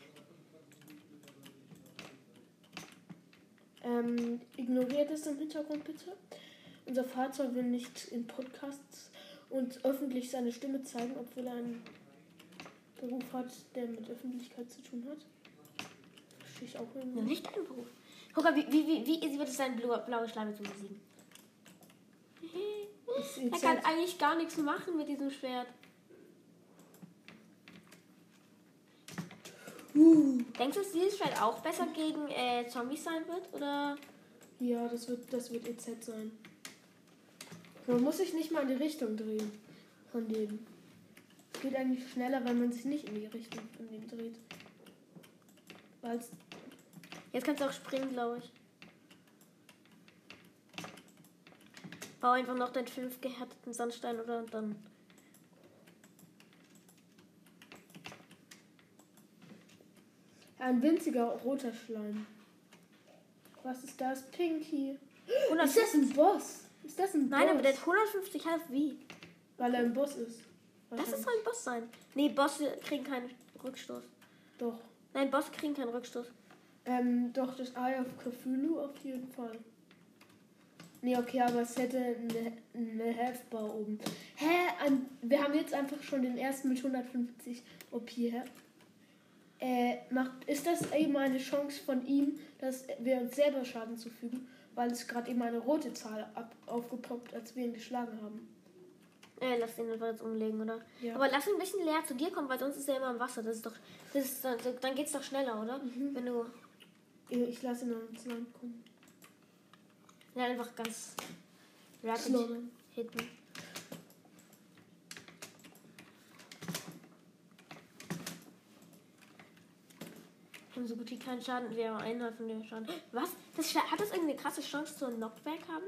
Ignoriert es im Hintergrund bitte. Unser Fahrzeug will nicht in Podcasts und öffentlich seine Stimme zeigen, obwohl er einen Beruf hat, der mit Öffentlichkeit zu tun hat. Verstehe ich auch irgendwie. Ja, nicht dein Beruf. Guck mal, wie easy wird es sein, blaue Schleime zu besiegen. Er kann eigentlich gar nichts machen mit diesem Schwert. Denkst du, dass dieses Schwert auch besser gegen Zombies sein wird? Oder? Ja, das wird EZ sein. Man muss sich nicht mal in die Richtung drehen von denen. Es geht eigentlich schneller, wenn man sich nicht in die Richtung von denen dreht. Weil's Jetzt kannst du auch springen, glaube ich. Bau einfach noch den 5 gehärteten Sandstein oder und dann. Ein winziger roter Schleim. Was ist das? Pinky. 100 Ist das ein Boss? Ist das ein Boss? Nein, aber der hat 150 Health. Wie? Weil er ein Boss ist. Das ist soll ein Boss sein. Nee, Bosse kriegen keinen Rückstoß. Doch. Nein, Bosse kriegen keinen Rückstoß. Doch, das Eye of Cthulhu auf jeden Fall. Nee, okay, aber es hätte eine Health-Bar oben. Wir haben jetzt einfach schon den ersten mit 150 OP. Ist das eben eine Chance von ihm, dass wir uns selber Schaden zufügen? Weil es gerade eben eine rote Zahl aufgepoppt, als wir ihn geschlagen haben. Lass den einfach jetzt umlegen, oder? Ja. Aber lass ihn ein bisschen leer zu dir kommen, weil sonst ist er immer im Wasser. Dann geht's doch schneller, oder? Wenn du. Ich lasse ihn noch ins Land kommen. Ja, einfach ganz rapid Slow. hitten. Wir haben so gut wie keinen Schaden. Wir haben einen von dem Schaden. Was? Hat das irgendeine krasse Chance zu einem Knockback haben?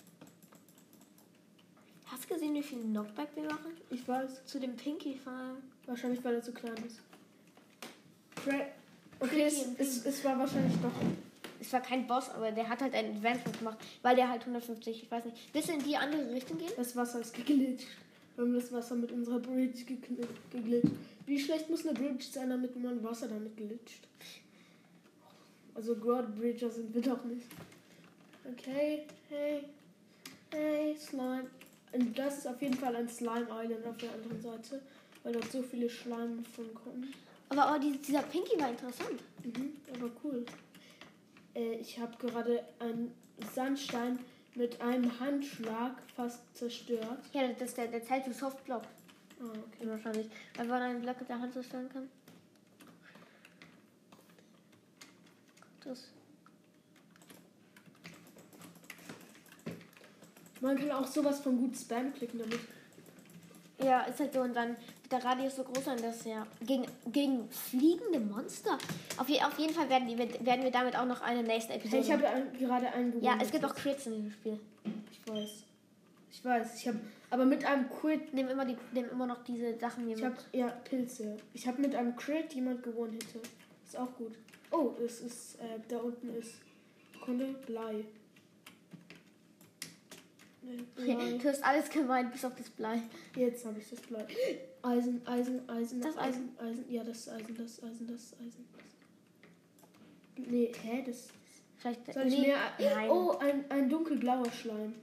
Hast du gesehen, wie viel Knockback wir machen? Ich weiß. Zu dem Pinky Farm. Wahrscheinlich, weil er zu klein ist. Okay, es war wahrscheinlich doch. Es war kein Boss, aber der hat halt ein Advancement gemacht, weil der halt 150, ich weiß nicht. Willst du in die andere Richtung gehen? Das Wasser ist geglitscht. Wir haben das Wasser mit unserer Bridge geglitscht. Wie schlecht muss eine Bridge sein, damit man Wasser damit glitscht? Also Broad Bridger sind wir doch nicht. Okay, hey, Slime. Und das ist auf jeden Fall ein Slime Island auf der anderen Seite, weil dort so viele Schleime von kommen. Aber dieser Pinky war interessant. Aber cool. Ich habe gerade einen Sandstein mit einem Handschlag fast zerstört. Ja, der zählt zu Softblock. Ah, okay. Wahrscheinlich. Weil man einen Block mit der Hand zerstören kann. Das. Man kann auch sowas von gut Spam klicken damit. Ja, ist halt so. Und dann wird der Radius so groß sein, dass ja gegen fliegende Monster. Auf jeden Fall werden wir damit auch noch eine nächste Episode. Hey, ich habe gerade einen gewonnen. Ja, es gibt auch Crits in diesem Spiel. Ich weiß. Ich habe aber mit einem Crit. Nehmen immer noch diese Sachen hier mit. Pilze. Ich habe mit einem Crit jemand gewonnen hätte. Ist auch gut. Oh, es ist da unten ist Kunde Blei. Du hast alles gemeint, bis auf das Blei. Jetzt habe ich das Blei. Eisen. Das Eisen. Ja, das ist Eisen. Nee, das... Vielleicht. Soll ich mehr... Nein. Oh, ein dunkelblauer Schleim.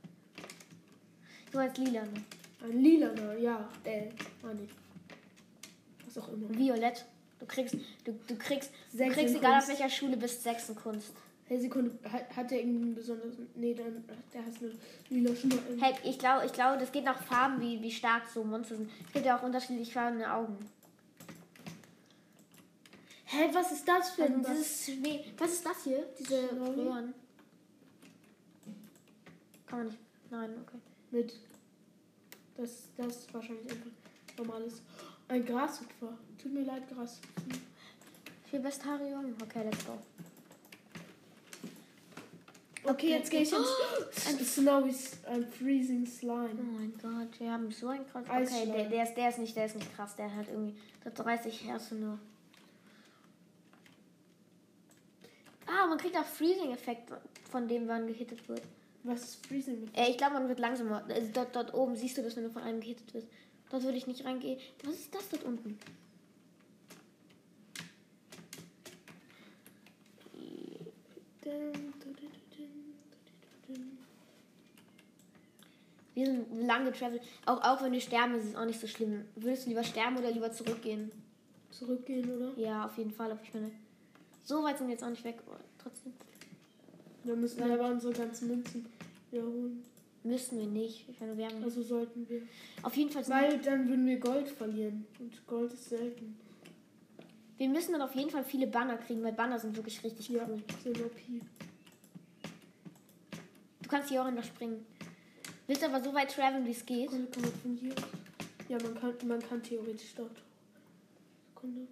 Du als lila, ne? Ein lilaner, ja. Mann. Was auch immer. Violett. Du kriegst Sechs in egal auf Kunst. welcher Schule bist, 6 in Kunst. Hey, Sekunde. Hat der irgendeinen besonderen... Nee, der hat eine lila Schleim. Hey, ich glaube, das geht nach Farben, wie stark so Monster sind. Es gibt ja auch unterschiedlich farbene Augen. Hä, was ist das für ein... Was ist das hier? Diese Schnurri? Röhren. Kann man nicht. Nein, okay. Mit... Das ist wahrscheinlich einfach normales... Ein Grashüpfer. Tut mir leid, Grashüpfer. Für Bestarium. Okay, let's go. Okay, jetzt gehe ich ins Snowy Freezing Slime. Oh mein Gott, wir haben so ein krass. Eisschleim. Okay, der ist nicht krass. Der hat irgendwie 30 Herzen nur. Man kriegt auch Freezing-Effekt, von dem man gehittet wird. Was ist Freezing? Ich glaube, man wird langsamer. Also dort oben siehst du das, wenn du von einem gehittet wirst. Dort würde ich nicht reingehen. Was ist das dort unten? Wir sind lang getravelt. Auch wenn wir sterben, ist es auch nicht so schlimm. Würdest du lieber sterben oder lieber zurückgehen? Zurückgehen, oder? Ja, auf jeden Fall. Aber ich meine, so weit sind wir jetzt auch nicht weg. Aber trotzdem. Dann müssen wir aber unsere ganzen Münzen wiederholen. Müssen wir nicht. Ich meine, wir haben Also sollten wir. auf jeden Fall. Weil dann würden wir Gold verlieren. Und Gold ist selten. Wir müssen dann auf jeden Fall viele Banner kriegen, weil Banner sind wirklich richtig Ja, cool. sind OP. Du kannst hier auch springen. Willst aber so weit traveln, wie es geht. Sekunde, kann man von hier? Ja, man kann theoretisch dort. Sekunde.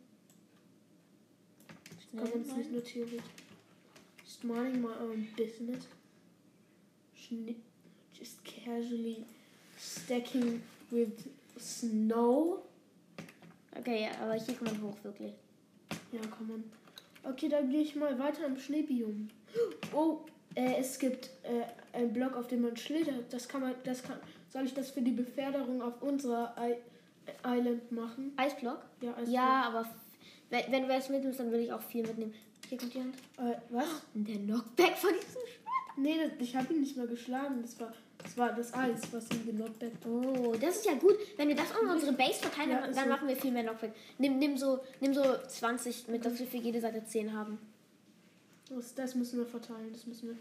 Kann man es nicht nur theoretisch. Just minding my own business. Just casually stacking with snow. Okay, ja, aber hier kommt man hoch, wirklich. Ja, kann man. Okay, dann gehe ich mal weiter im Schneebiom. Oh, es gibt einen Block, auf dem man schlittert. Soll ich das für die Beförderung auf unserer Island machen? Eisblock? Ja, Eisblock. Ja, aber wenn du das mitnimmst, dann will ich auch viel mitnehmen. Hier kommt jemand. Was? Der Knockback von diesem Schwert. Nee, ich habe ihn nicht mal geschlagen. Das war das Eis, was ihn genockbackt. Oh, das ist ja gut. Wenn wir das an unsere Base verteilen, Ja, dann so. machen wir viel mehr Knockback. Nimm so 20 mit, dass wir für jede Seite 10 haben. Das müssen wir verteilen.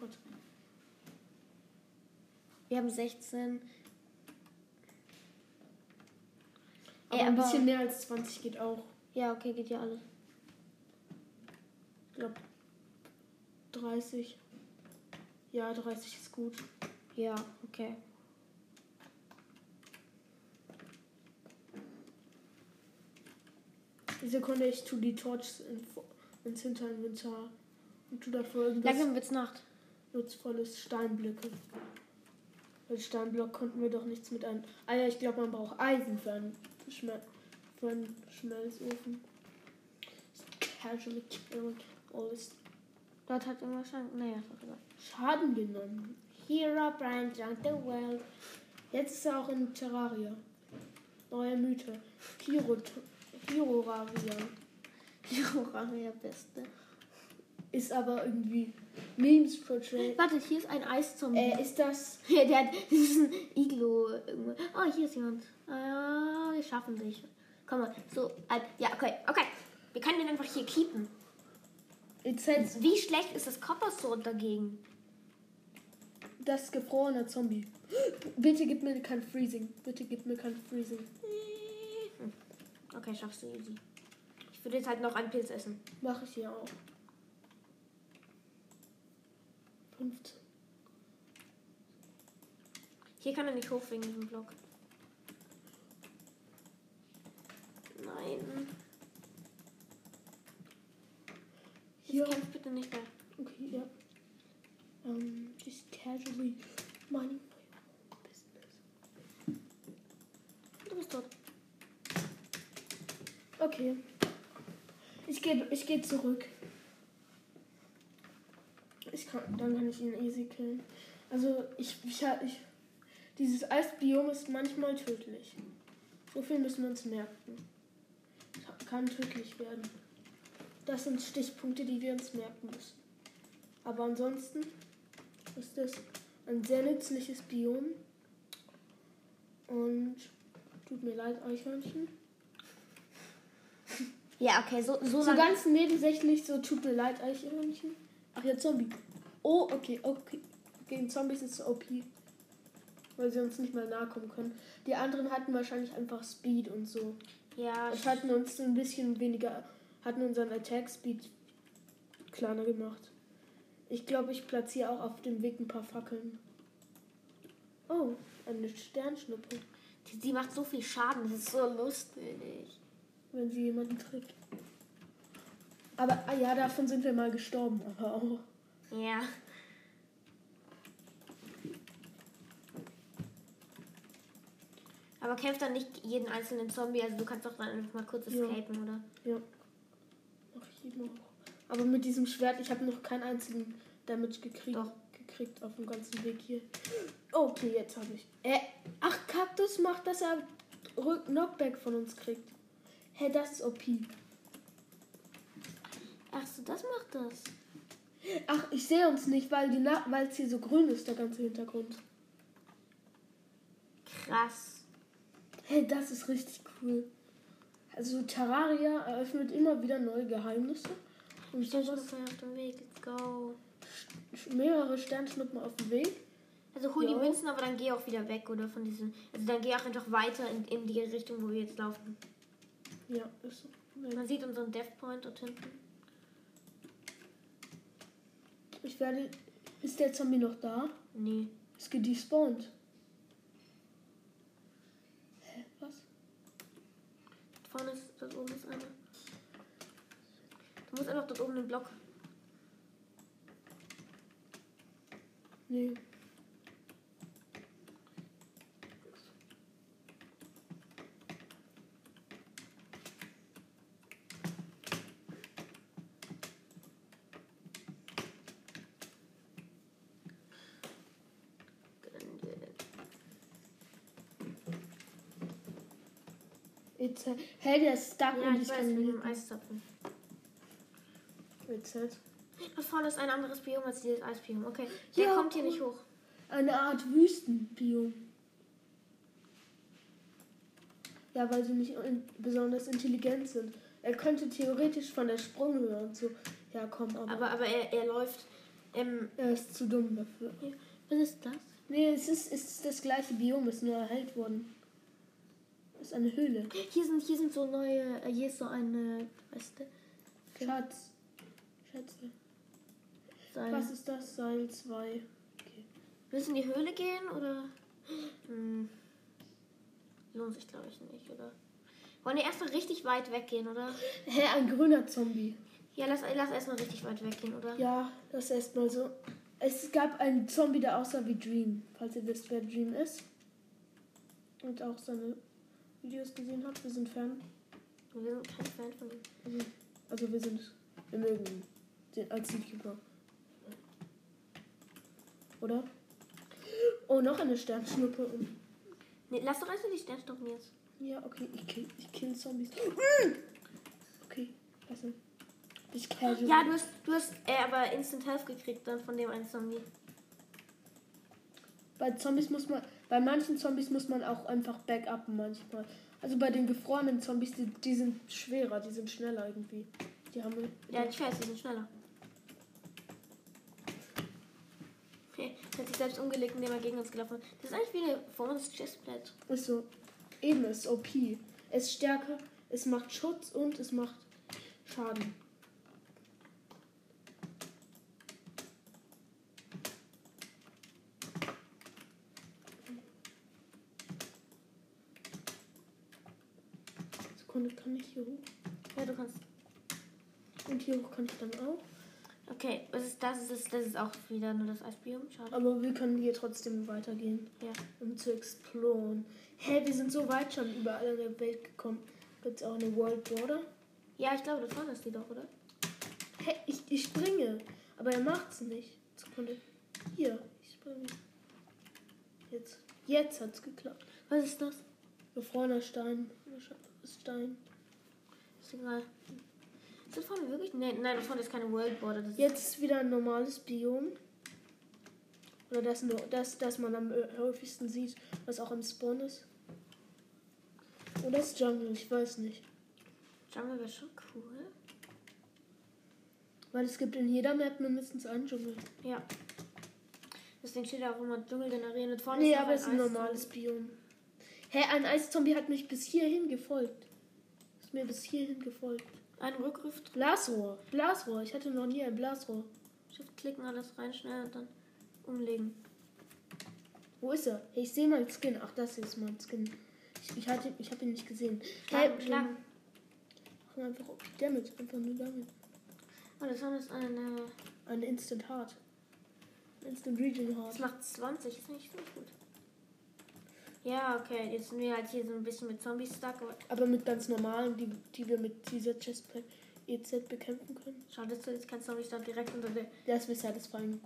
Wir haben 16. Aber ein bisschen mehr als 20 geht auch. Ja, okay, geht ja alles. Ich glaube 30. Ja, 30 ist gut. Ja, okay. Die Sekunde, ich tue die Torch ins Hinterinventar und tue davor irgendwas Langsam wird's Nacht. nutzvolles Steinblöcke. Weil Steinblock konnten wir doch nichts mit einem. Ah ja, ich glaube, man braucht Eisen für einen Schmelzofen. Casually killing all this. Dort hat immer schon. Naja, ist auch egal. Schaden genommen. Hero Brian Junk the World. Jetzt ist er auch in Terraria. Neue Mythe. Hiroraria. Hiroraria Beste. Ist aber irgendwie Memes portrayed. Warte, hier ist ein Eiszombie. Ist das. Ja, der hat diesen Iglo irgendwo. Oh, hier ist jemand. Wir schaffen dich. Komm mal. So, ja, okay. Wir können den einfach hier keepen. Wie schlecht ist das Copper Sword dagegen? Das gefrorene Zombie. Bitte gib mir kein Freezing. Okay, schaffst du easy. Ich würde jetzt halt noch einen Pilz essen. Mache ich hier auch. 15. Hier kann er nicht hoch wegen diesem Block. Nein. Hier. Jetzt kämpf bitte nicht mehr. Okay, ja. Just casually mining my business. Du bist tot. Okay. Ich geh zurück. Dann kann ich ihn easy killen. Also, dieses Eisbiom ist manchmal tödlich. So viel müssen wir uns merken. Kann tödlich werden. Das sind Stichpunkte, die wir uns merken müssen. Aber ansonsten ist es ein sehr nützliches Biom. Und tut mir leid, Eichhörnchen. Ja, okay, so ganz nebensächlich, so tut mir leid, Eichhörnchen. Ach ja, Zombie. Oh, okay. Gegen Zombies ist es OP. Weil sie uns nicht mal nahe kommen können. Die anderen hatten wahrscheinlich einfach Speed und so. Ja. Ich hatten uns ein bisschen weniger, hatten unseren Attack Speed kleiner gemacht. Ich glaube, ich platziere auch auf dem Weg ein paar Fackeln. Oh, eine Sternschnuppe. Die macht so viel Schaden, das ist so lustig. Wenn sie jemanden trifft. Aber, ja, davon sind wir mal gestorben, aber auch. Ja. Aber kämpft dann nicht jeden einzelnen Zombie, also du kannst doch dann einfach mal kurz escapen, oder? Ja. Mach ich immer auch. Aber mit diesem Schwert, ich habe noch keinen einzigen Damage gekriegt auf dem ganzen Weg hier. Okay, jetzt habe ich. Ach, Kaktus macht, dass er Knockback von uns kriegt. Hey, das ist OP. Ach so, das macht das. Ach, ich sehe uns nicht, weil es hier so grün ist, der ganze Hintergrund. Krass. Hey, das ist richtig cool. Also Terraria eröffnet immer wieder neue Geheimnisse. Und Sternschnuppen auf dem Weg, let's go. Mehrere Sternschnuppen auf dem Weg. Also hol die Münzen, aber dann geh auch wieder weg, oder von diesen. Also dann geh auch einfach weiter in die Richtung, wo wir jetzt laufen. Ja, ist so. Man sieht unseren Death Point dort hinten. Ist der Zombie noch da? Nee. Ist gedespawnt. Hä, was? Dort oben ist einer. Du musst einfach dort oben den Block. Nee. Hey, der ist stuck Ja, und ich weiß, kann wegen nicht. dem Eiszapfen. EZ. Da vorne ist ein anderes Biom als dieses Eisbiom. Okay, der Ja, kommt hier nicht hoch. Eine Art Wüstenbiom. Ja, weil sie nicht besonders intelligent sind. Er könnte theoretisch von der Sprunghöhe und so herkommen, Aber er läuft. er ist zu dumm dafür. Ja. Was ist das? Nee, es ist das gleiche Biom, ist nur erhellt worden. Das ist eine Höhle. Hier sind so neue. Hier ist so eine. Weißt du? Schätze. Seil. Was ist das? Seil 2. Okay. Willst du in die Höhle gehen oder? Lohnt sich, glaube ich, nicht, oder? Wollen wir erstmal richtig weit weggehen, oder? Hä, ein grüner Zombie. Ja, lass erstmal richtig weit weggehen, oder? Ja, das ist erstmal so. Es gab einen Zombie, der aussah wie Dream. Falls ihr wisst, wer Dream ist. Und auch seine Videos gesehen habt. Wir sind Fan. Wir sind kein Fan von ihm. Also wir mögen den als YouTuber. Oder? Oh, noch eine Sternschnuppe. Nee, lass doch erstmal die Sternschnuppen jetzt. Ja, okay, ich kill Zombies. Okay, also. Ich casual. Ja, du hast aber Instant Health gekriegt dann von dem einen Zombie. Bei manchen Zombies muss man auch einfach backuppen manchmal. Also bei den gefrorenen Zombies, die sind schwerer, die sind schneller irgendwie. Die haben Ja, ich weiß, die sind schneller. Okay, er hat sich selbst umgelegt, indem er gegen uns gelaufen ist. Das ist eigentlich wie eine Form des Chestplate. ist so. Eben ist OP. Es ist stärker, es macht Schutz und es macht Schaden. Sekunde, kann ich hier hoch? Ja, du kannst. Und hier hoch kann ich dann auch. Okay, was ist das? Das ist auch wieder nur das Eisbiom. Schade. Aber wir können hier trotzdem weitergehen, Ja. um zu exploren. Hä, wir sind so weit schon überall in der Welt gekommen. Gibt es auch eine World Border? Ja, ich glaube, da vorne ist die doch, oder? Hä, ich springe. Aber er macht's nicht. Sekunde. Hier, ich springe. Jetzt hat's geklappt. Was ist das? Gefrorener Stein. Stein. Ist egal. Ist da vorne wirklich? Nein, da vorne ist keine World Border. Das ist Jetzt ist wieder ein normales Biom. Oder das man am häufigsten sieht, was auch im Spawn ist. Oder ist Jungle, ich weiß nicht. Jungle wäre schon cool. Weil es gibt in jeder Map mindestens einen Dschungel. Ja. Deswegen steht da auch immer Dschungel generieren. Und vorne Nee, ist noch aber es ist ein Eis- normales Biom. Hä, ein Eiszombie hat mich bis hierhin gefolgt. Ist mir bis hierhin gefolgt. Ein Rückgriff. Blasrohr. Ich hatte noch nie ein Blasrohr. Shift klicken, alles rein, schnell und dann umlegen. Wo ist er? Hey, ich sehe meinen Skin. Ach, das hier ist mein Skin. Ich habe ihn nicht gesehen. Schlagen. Mach einfach damit. Einfach nur damit. Oh, das ist eine. Ein Instant Heart. Instant Region Heart. Das macht 20, ist nicht so gut. Ja, okay, jetzt sind wir halt hier so ein bisschen mit Zombies stuck. Aber mit ganz normalen, die wir mit dieser Chestplate EZ bekämpfen können. Schau, dass du jetzt kein Zombie stark direkt unter der. Das wäre satisfying.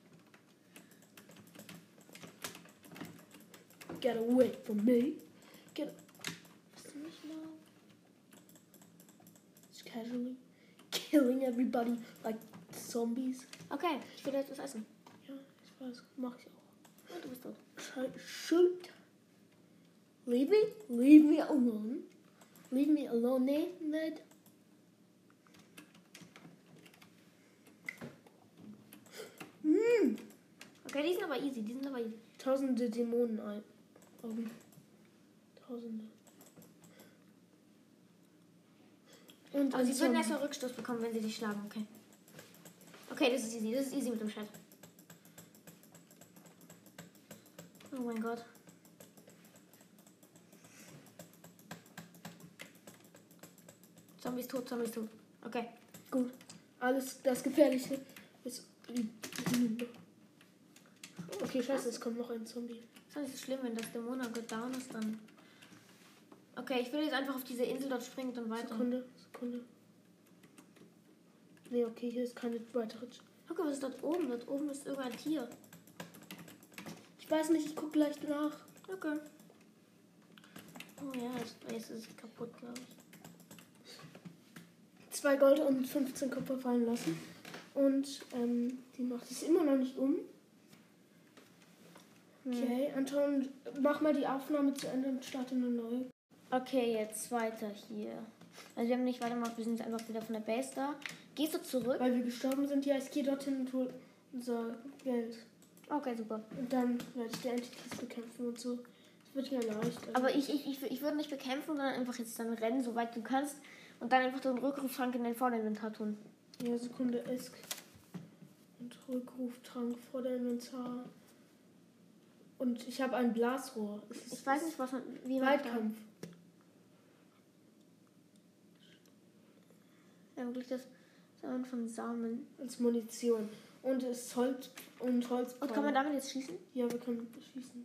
Get away from me. Bist du nicht mal? Just casually killing everybody like zombies. Okay, ich will jetzt was essen. Ja, ich weiß. Mach ich auch. Oh, du bist tot. Shoot. Leave me alone. Leave me alone, Ned. Okay, die sind aber easy. Tausende Dämonen Augen. Tausende. Und Aber sie würden Zombie. erstmal Rückstoß bekommen, wenn sie dich schlagen, okay. Okay, das ist easy mit dem Chat. Oh mein Gott. Zombies tot. Okay. Gut. Alles das Gefährliche ist hinüber. Okay, scheiße, es kommt noch ein Zombie. Ist doch nicht so schlimm, wenn das Dämonen down ist, dann. Okay, ich will jetzt einfach auf diese Insel dort springen und dann weiter. Sekunde. Nee, okay, hier ist keine weitere. Guck mal, was ist dort oben? Dort oben ist irgendein Tier. Ich weiß nicht, ich gucke gleich nach. Okay. Oh ja, jetzt ist es kaputt, glaube ich. 2 Gold und 15 Kupfer fallen lassen. Und die macht es immer noch nicht um. Okay, Anton, mach mal die Aufnahme zu Ende und starte eine neue. Okay, jetzt weiter hier. Also wir haben nicht weitergemacht, wir sind jetzt einfach wieder von der Base da. Gehst du zurück? Weil wir gestorben sind, ja, ich gehe dorthin und hole unser Geld. Okay, super. Und dann werde ich die Entities bekämpfen und so. Das wird ja leicht. Also Aber ich würde nicht bekämpfen, sondern einfach jetzt dann rennen, soweit du kannst. Und dann einfach den Rückrufschrank in dein Vorderinventar tun. Ja, Sekunde, Esk. Und Rückruftrank vor der Inventar. Und ich habe ein Blasrohr. Ich weiß nicht, wie man Weitkampf. Ja, wirklich das Sammeln von Samen. Als Munition. Und es ist Holz und Holz. Und kann man damit jetzt schießen? Ja, wir können schießen.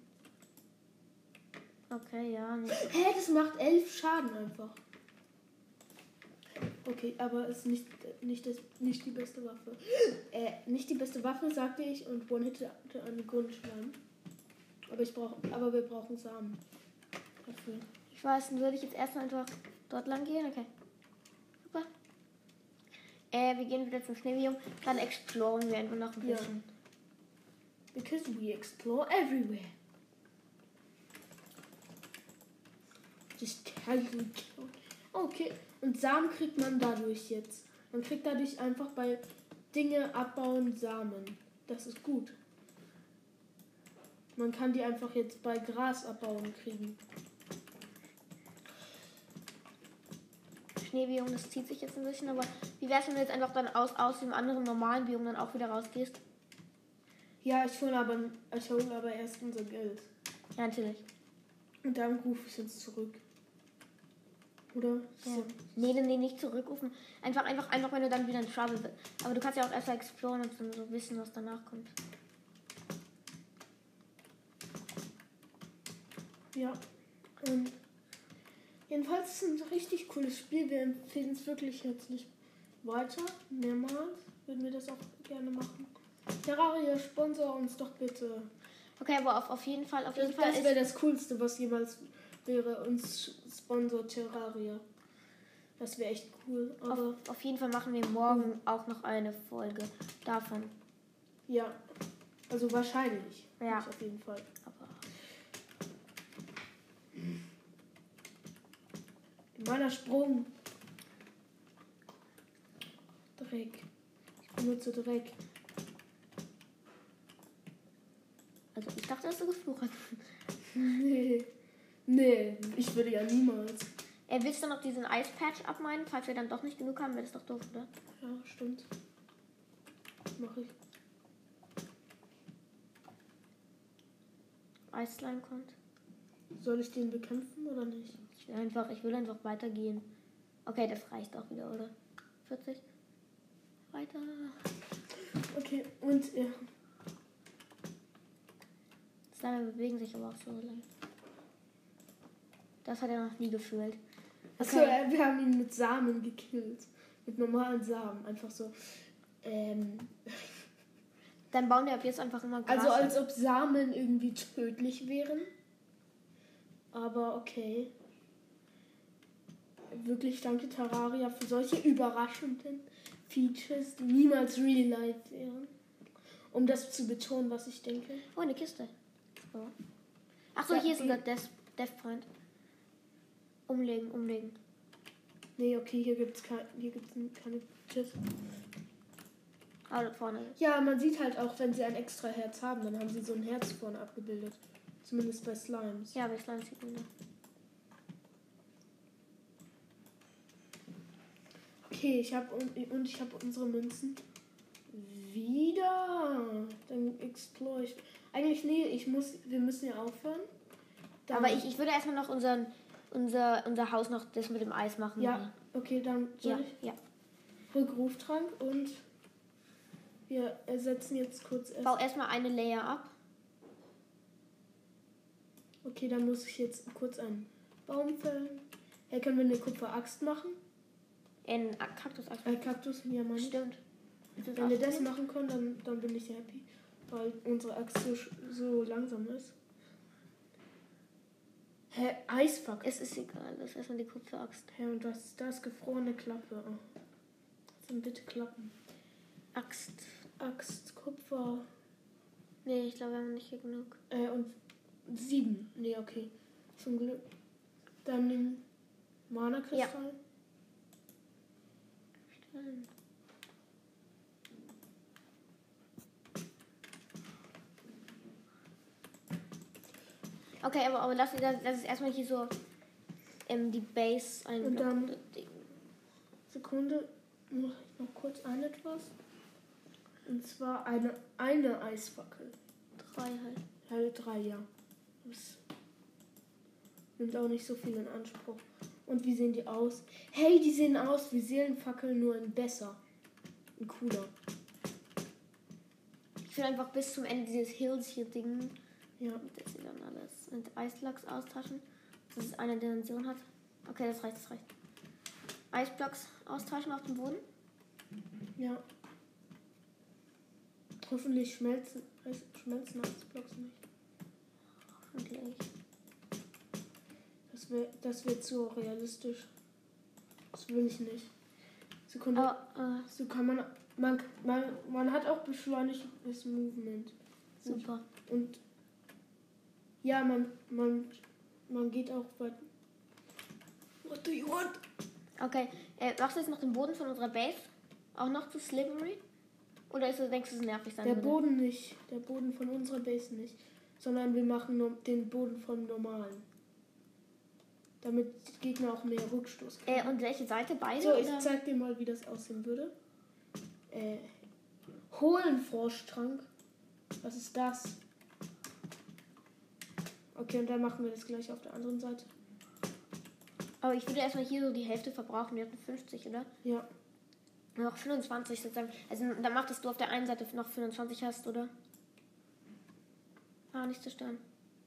Okay, ja. Nicht. Hä, das macht 11 Schaden einfach. Okay, aber es ist nicht die beste Waffe. Nicht die beste Waffe, sagte ich, und One-Hit eine Grundschlamm. Aber wir brauchen Samen dafür. Ich weiß, dann würde ich jetzt erstmal einfach dort lang gehen. Okay. Super. Wir gehen wieder zum Schneebiom. Dann exploren wir einfach noch ein bisschen. Because we explore everywhere. Just tell you. Okay. Und Samen kriegt man dadurch jetzt. Man kriegt dadurch einfach bei Dinge abbauen Samen. Das ist gut. Man kann die einfach jetzt bei Gras abbauen kriegen. Schneebiom, das zieht sich jetzt ein bisschen, aber wie wär's, wenn du jetzt einfach dann aus dem anderen normalen Biom dann auch wieder rausgehst? Ja, ich hole aber erst unser Geld. Ja, natürlich. Und dann rufe ich uns zurück. Oder? Ja. Nee, nicht zurückrufen. Einfach, wenn du dann wieder in Trouble bist. Aber du kannst ja auch erst mal exploren und dann so wissen, was danach kommt. Ja. Jedenfalls ist es ein richtig cooles Spiel. Wir empfehlen es wirklich herzlich weiter. Mehrmals würden wir das auch gerne machen. Terraria, sponsor uns doch bitte. Okay, aber auf jeden Fall. Das wäre das Coolste, was jemals wäre. Uns Sponsor Terraria. Das wäre echt cool. Aber auf jeden Fall machen wir morgen auch noch eine Folge davon. Ja, also wahrscheinlich. Ja. Nicht auf jeden Fall. Aber meiner Sprung. Dreck. Ich benutze Dreck. also ich dachte, dass du geflucht hast. Nee, ich würde ja niemals. Willst du noch diesen Eispatch abmeinen, falls wir dann doch nicht genug haben? Wäre das doch doof, oder? Ja, stimmt. Mach ich. Eisslime kommt. Soll ich den bekämpfen oder nicht? Ich will einfach weitergehen. Okay, das reicht auch wieder, oder? 40. Weiter. Okay, und ja. Slime bewegen sich aber auch so lang. Das hat er noch nie gefühlt. Okay. Achso, wir haben ihn mit Samen gekillt. Mit normalen Samen. Einfach so. Dann bauen wir ab jetzt einfach immer Gras. Also als ob Samen irgendwie tödlich wären. Aber okay. Wirklich danke Terraria für solche überraschenden Features, die niemals real life wären. Um das zu betonen, was ich denke. Oh, eine Kiste. So. Achso, Ja, hier ist unser Death Point. Umlegen. Nee, okay, hier gibt's keine Chips. Ah, da vorne. Ja, man sieht halt auch, wenn sie ein extra Herz haben, dann haben sie so ein Herz vorne abgebildet. Zumindest bei Slimes. Ja, bei Slime sieht man das. Okay, ich habe unsere Münzen wieder. Dann explore ich. Eigentlich nee, wir müssen ja aufhören. Dann, Aber ich würde erstmal noch unser Haus noch das mit dem Eis machen. Ja, okay, dann soll ich ja. Rückruftrank und wir ersetzen jetzt kurz erst. Bau erstmal eine Layer ab. Okay, dann muss ich jetzt kurz einen Baum fällen. Hey, können wir eine Kupferaxt machen? In Kaktusaxt. Kaktus, ja, meine ich. Stimmt. Wenn wir das machen können, dann bin ich happy. Weil unsere Axt so langsam ist. Hä, Eisfackel. Es ist egal, das ist erstmal die Kupferaxt. Hä, und was ist das? Gefrorene Klappe. Oh. Das sind bitte Klappen. Axt, Kupfer. Nee, ich glaube, wir haben nicht hier genug. Und 7. Nee, okay. Zum Glück. Dann den Mana-Kristall. Okay, aber lass ist erstmal hier so die Base ein. Und dann Sekunde, mache ich noch kurz etwas. Und zwar eine Eisfackel. 3 halt. Halt 3, ja. Das nimmt auch nicht so viel in Anspruch. Und wie sehen die aus? Hey, die sehen aus wie Seelenfackeln, nur in besser. In cooler. Ich will einfach bis zum Ende dieses Hills hier Ding. Ja. Das hier dann alles. Und Eislachs austauschen. Das ist eine Dimension hat. Okay, das reicht. Eisblocks austauschen auf dem Boden. Ja. Hoffentlich schmelzen Eisblocks nicht. Hoffentlich. Das wird zu realistisch. Das will ich nicht. Sekunde. So kann man hat auch beschleunigtes Movement. Super. Und ja, man geht auch bei. What do you want? Okay, machst du jetzt noch den Boden von unserer Base auch noch zu slippery? Oder denkst du, es nervig sein Der würde? Boden nicht. Der Boden von unserer Base nicht. Sondern wir machen nur den Boden vom normalen. Damit die Gegner auch mehr Rückstoß kriegen. Und welche Seite? Beide? So, ich oder? zeig dir mal, wie das aussehen würde. Hohlenfroschtrank. Was ist das? Okay, und dann machen wir das gleich auf der anderen Seite. Aber ich würde erstmal hier so die Hälfte verbrauchen. Wir hatten 50, oder? Ja. Noch 25 sozusagen. Also dann macht, dass du auf der einen Seite noch 25 hast, oder? Nicht zerstören.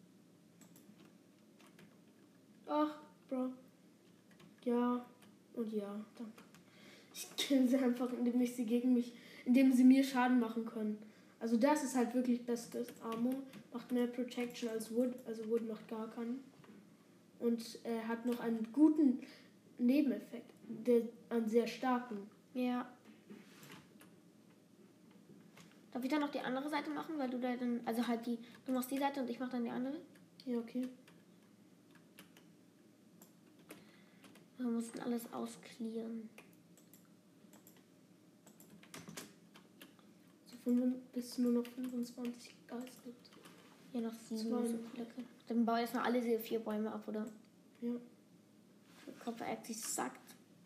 Ach, Bro. Ja. Und ja, danke. Ich kill sie einfach, indem sie mir Schaden machen können. Also das ist halt wirklich bestes Armor. Macht mehr Protection als Wood. Also Wood macht gar keinen. Und er hat noch einen guten Nebeneffekt. Einen sehr starken. Ja. Darf ich dann noch die andere Seite machen? Weil du da dann... Also halt du machst die Seite und ich mach dann die andere? Ja, okay. Wir mussten alles ausklären. So bis nur noch 25 Gas gibt. Ja, noch 7 Blöcke. Dann baue ich erstmal alle diese 4 Bäume ab, oder? Ja. Kopf eigentlich sackt.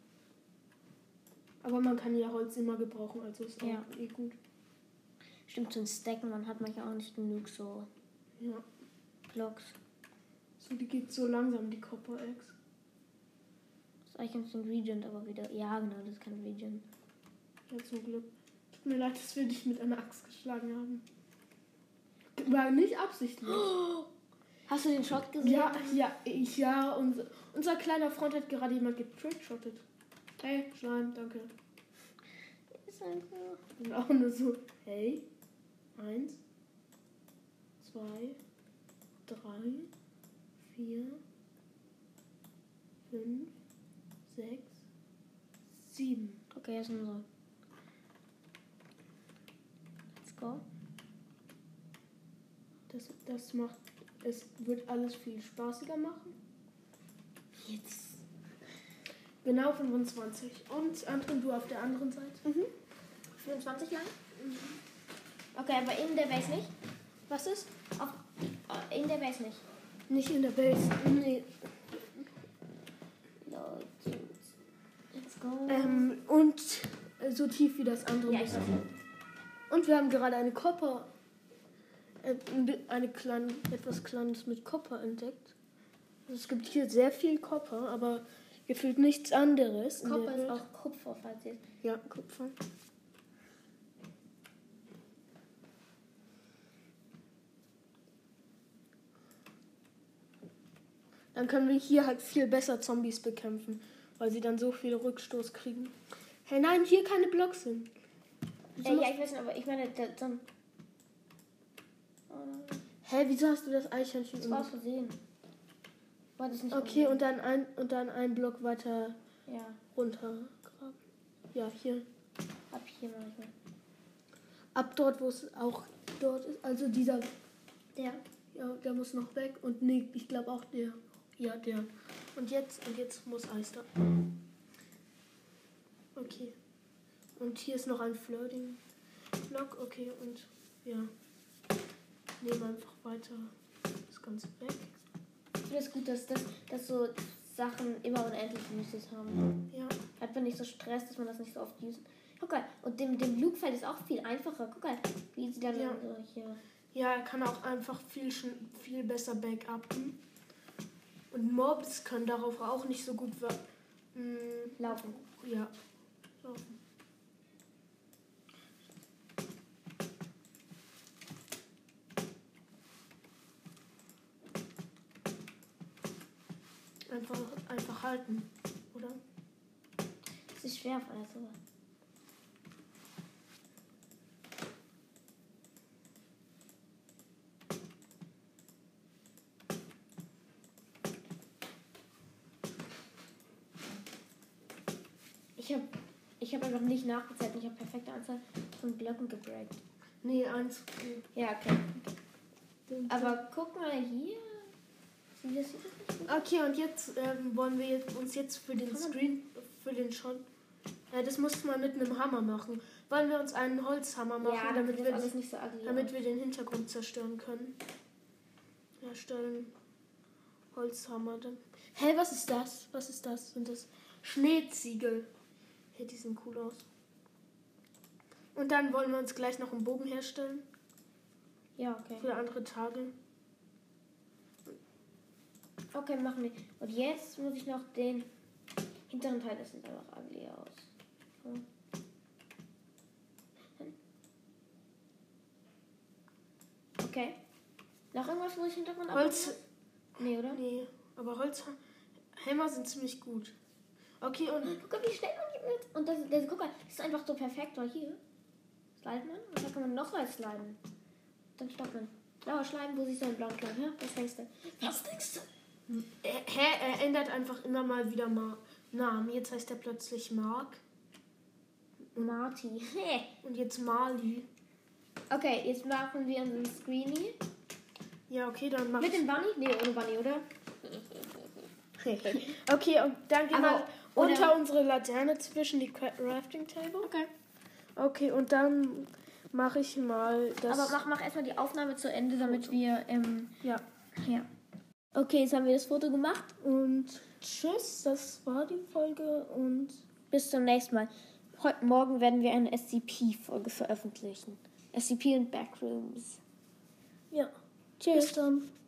Aber man kann ja Holz immer gebrauchen, also ist auch gut. Stimmt, zum Stacken, man hat manchmal auch nicht genug so Blocks. So, die geht so langsam, die Copper Axe. Das ist eigentlich ein Regent, aber wieder... Ja, genau, das ist kein Regent. Ja, zum Glück. Tut mir leid, dass wir dich mit einer Axt geschlagen haben. War nicht absichtlich. Hast du den Shot gesehen? Ja, unser kleiner Freund hat gerade jemand getrickshottet. Hey, Schleim, danke. Ist einfach... Und auch nur so, hey, 1, 2, 3, 4, 5, 6, 7. Okay, jetzt nur so. Let's go. Es wird alles viel spaßiger machen. Jetzt. Genau 25. Und Anton, du auf der anderen Seite? 25 lang? Okay, aber in der Base nicht? Was ist? In der Base nicht. Nicht in der Base. Nee. Leute. Let's go. Und so tief wie das andere. Ja, ich weiß. Und wir haben gerade eine Copper. Etwas Kleines mit Copper entdeckt. Also es gibt hier sehr viel Copper, aber gefühlt nichts anderes. Copper ist auch Kupfer, falls ihr... Ja, Kupfer. Dann können wir hier halt viel besser Zombies bekämpfen, weil sie dann so viel Rückstoß kriegen. Hey, nein, hier keine Blocks sind. ja, ich weiß nicht, aber ich meine, dann... Hä, wieso hast du das Eichhörnchen? Das war aus Versehen. War das nicht Okay, unten? und dann ein Block weiter Ja, runtergraben. Ja, hier. ab hier manchmal. Ab dort, wo es auch dort ist. Also dieser, Der. ja, der muss noch weg. Und nee, ich glaube auch der. Ja, der. Und jetzt muss Eis da. Okay. Und hier ist noch ein Floating Block. Okay, und ja. Nehmen einfach weiter das Ganze weg. Ich finde es gut, dass so Sachen immer unendlich Uses haben. Ja. Hat man nicht so Stress, dass man das nicht so oft usen. Guck mal, und dem Luke fällt es auch viel einfacher. Guck mal, wie sie dann Ja. so hier. Ja, er kann auch einfach viel besser backuppen. Und Mobs können darauf auch nicht so gut Laufen. ja, laufen. Einfach halten, oder? Das ist schwer von der sowas. Ich hab einfach nicht nachgezählt. Ich habe perfekte Anzahl von Blöcken gebreakt. Nee, eins. Ja, okay. Aber guck mal hier. Sieht das nicht gut? Okay, und jetzt wollen wir uns jetzt für den Screen, für den Shot. Ja, das muss man mit einem Hammer machen. Wollen wir uns einen Holzhammer machen, Ja, damit das alles nicht so ugly damit wir den Hintergrund zerstören können. Erstellen. Holzhammer dann. Hä, was ist das? Was ist das? Sind das Schneeziegel? Hey, die sehen cool aus. Und dann wollen wir uns gleich noch einen Bogen herstellen. Ja, okay. Für andere Tage. Okay, machen wir. Und jetzt muss ich noch den hinteren Teil, das sieht einfach ugly aus. So. Okay. Noch irgendwas, wo ich Hintergrund Holz. abmache? Nee, oder? Nee, aber Holzhammer sind ziemlich gut. Okay, und Guck mal, wie schnell man die mit. Und guck mal, das ist einfach so perfekt, weil hier sliden man und dann kann man noch mal sliden. Dann stoppt man. Blauer Schleim, wo siehst du einen blauen Schleim? Ja? Was denkst du? Was denkst du? er ändert einfach immer mal wieder Namen. Jetzt heißt er plötzlich Mark. Marty. Und jetzt Marley. Okay, jetzt machen wir unseren Screeny. Ja, okay, dann mach Mit dem Bunny? Nee, ohne Bunny, oder? Okay, und dann gehen wir Aber- unter unsere Laterne zwischen die Crafting Table. Okay. Okay, und dann mache ich mal das. Aber mach erstmal die Aufnahme zu Ende, damit wir. Ja. Ja. Okay, jetzt haben wir das Foto gemacht. Und tschüss, das war die Folge und Bis zum nächsten Mal. Heute Morgen werden wir eine SCP-Folge veröffentlichen. SCP und Backrooms. ja. Tschüss. Bis dann.